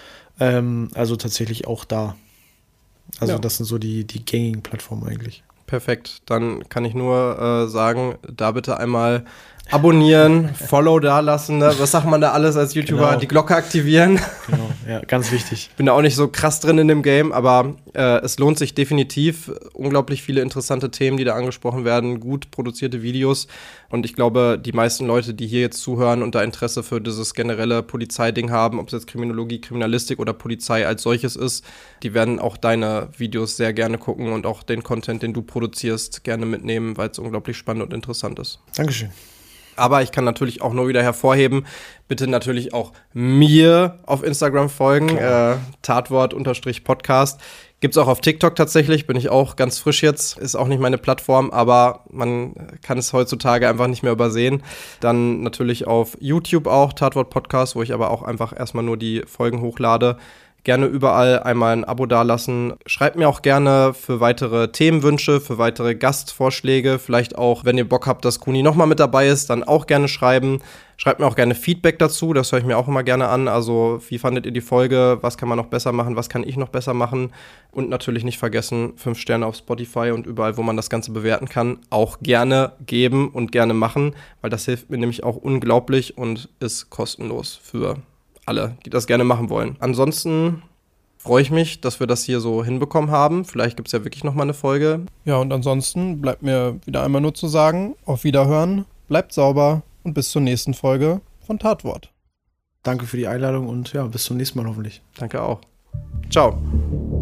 S3: Also tatsächlich auch da. Also das sind so die gängigen Plattformen eigentlich.
S2: Perfekt, dann kann ich nur sagen, da bitte einmal abonnieren, Follow da lassen, ne? Was sagt man da alles als YouTuber? Genau. Die Glocke aktivieren.
S3: Genau, ja, ganz wichtig.
S2: Ich bin da auch nicht so krass drin in dem Game, aber es lohnt sich definitiv. Unglaublich viele interessante Themen, die da angesprochen werden, gut produzierte Videos und ich glaube, die meisten Leute, die hier jetzt zuhören und da Interesse für dieses generelle Polizeiding haben, ob es jetzt Kriminologie, Kriminalistik oder Polizei als solches ist, die werden auch deine Videos sehr gerne gucken und auch den Content, den du produzierst, gerne mitnehmen, weil es unglaublich spannend und interessant ist.
S3: Dankeschön.
S2: Aber ich kann natürlich auch nur wieder hervorheben, bitte natürlich auch mir auf Instagram folgen, Tatwort_Podcast. Gibt's auch auf TikTok tatsächlich, bin ich auch ganz frisch jetzt, ist auch nicht meine Plattform, aber man kann es heutzutage einfach nicht mehr übersehen. Dann natürlich auf YouTube auch, Tatwort Podcast, wo ich aber auch einfach erstmal nur die Folgen hochlade. Gerne überall einmal ein Abo dalassen. Schreibt mir auch gerne für weitere Themenwünsche, für weitere Gastvorschläge. Vielleicht auch, wenn ihr Bock habt, dass Kuni nochmal mit dabei ist, dann auch gerne schreiben. Schreibt mir auch gerne Feedback dazu, das höre ich mir auch immer gerne an. Also, wie fandet ihr die Folge? Was kann man noch besser machen? Was kann ich noch besser machen? Und natürlich nicht vergessen, 5 Sterne auf Spotify und überall, wo man das Ganze bewerten kann, auch gerne geben und gerne machen, weil das hilft mir nämlich auch unglaublich und ist kostenlos für alle, die das gerne machen wollen. Ansonsten freue ich mich, dass wir das hier so hinbekommen haben. Vielleicht gibt es ja wirklich noch mal eine Folge.
S4: Ja, und ansonsten bleibt mir wieder einmal nur zu sagen, auf Wiederhören, bleibt sauber und bis zur nächsten Folge von Tatwort.
S3: Danke für die Einladung und ja, bis zum nächsten Mal hoffentlich.
S2: Danke auch. Ciao.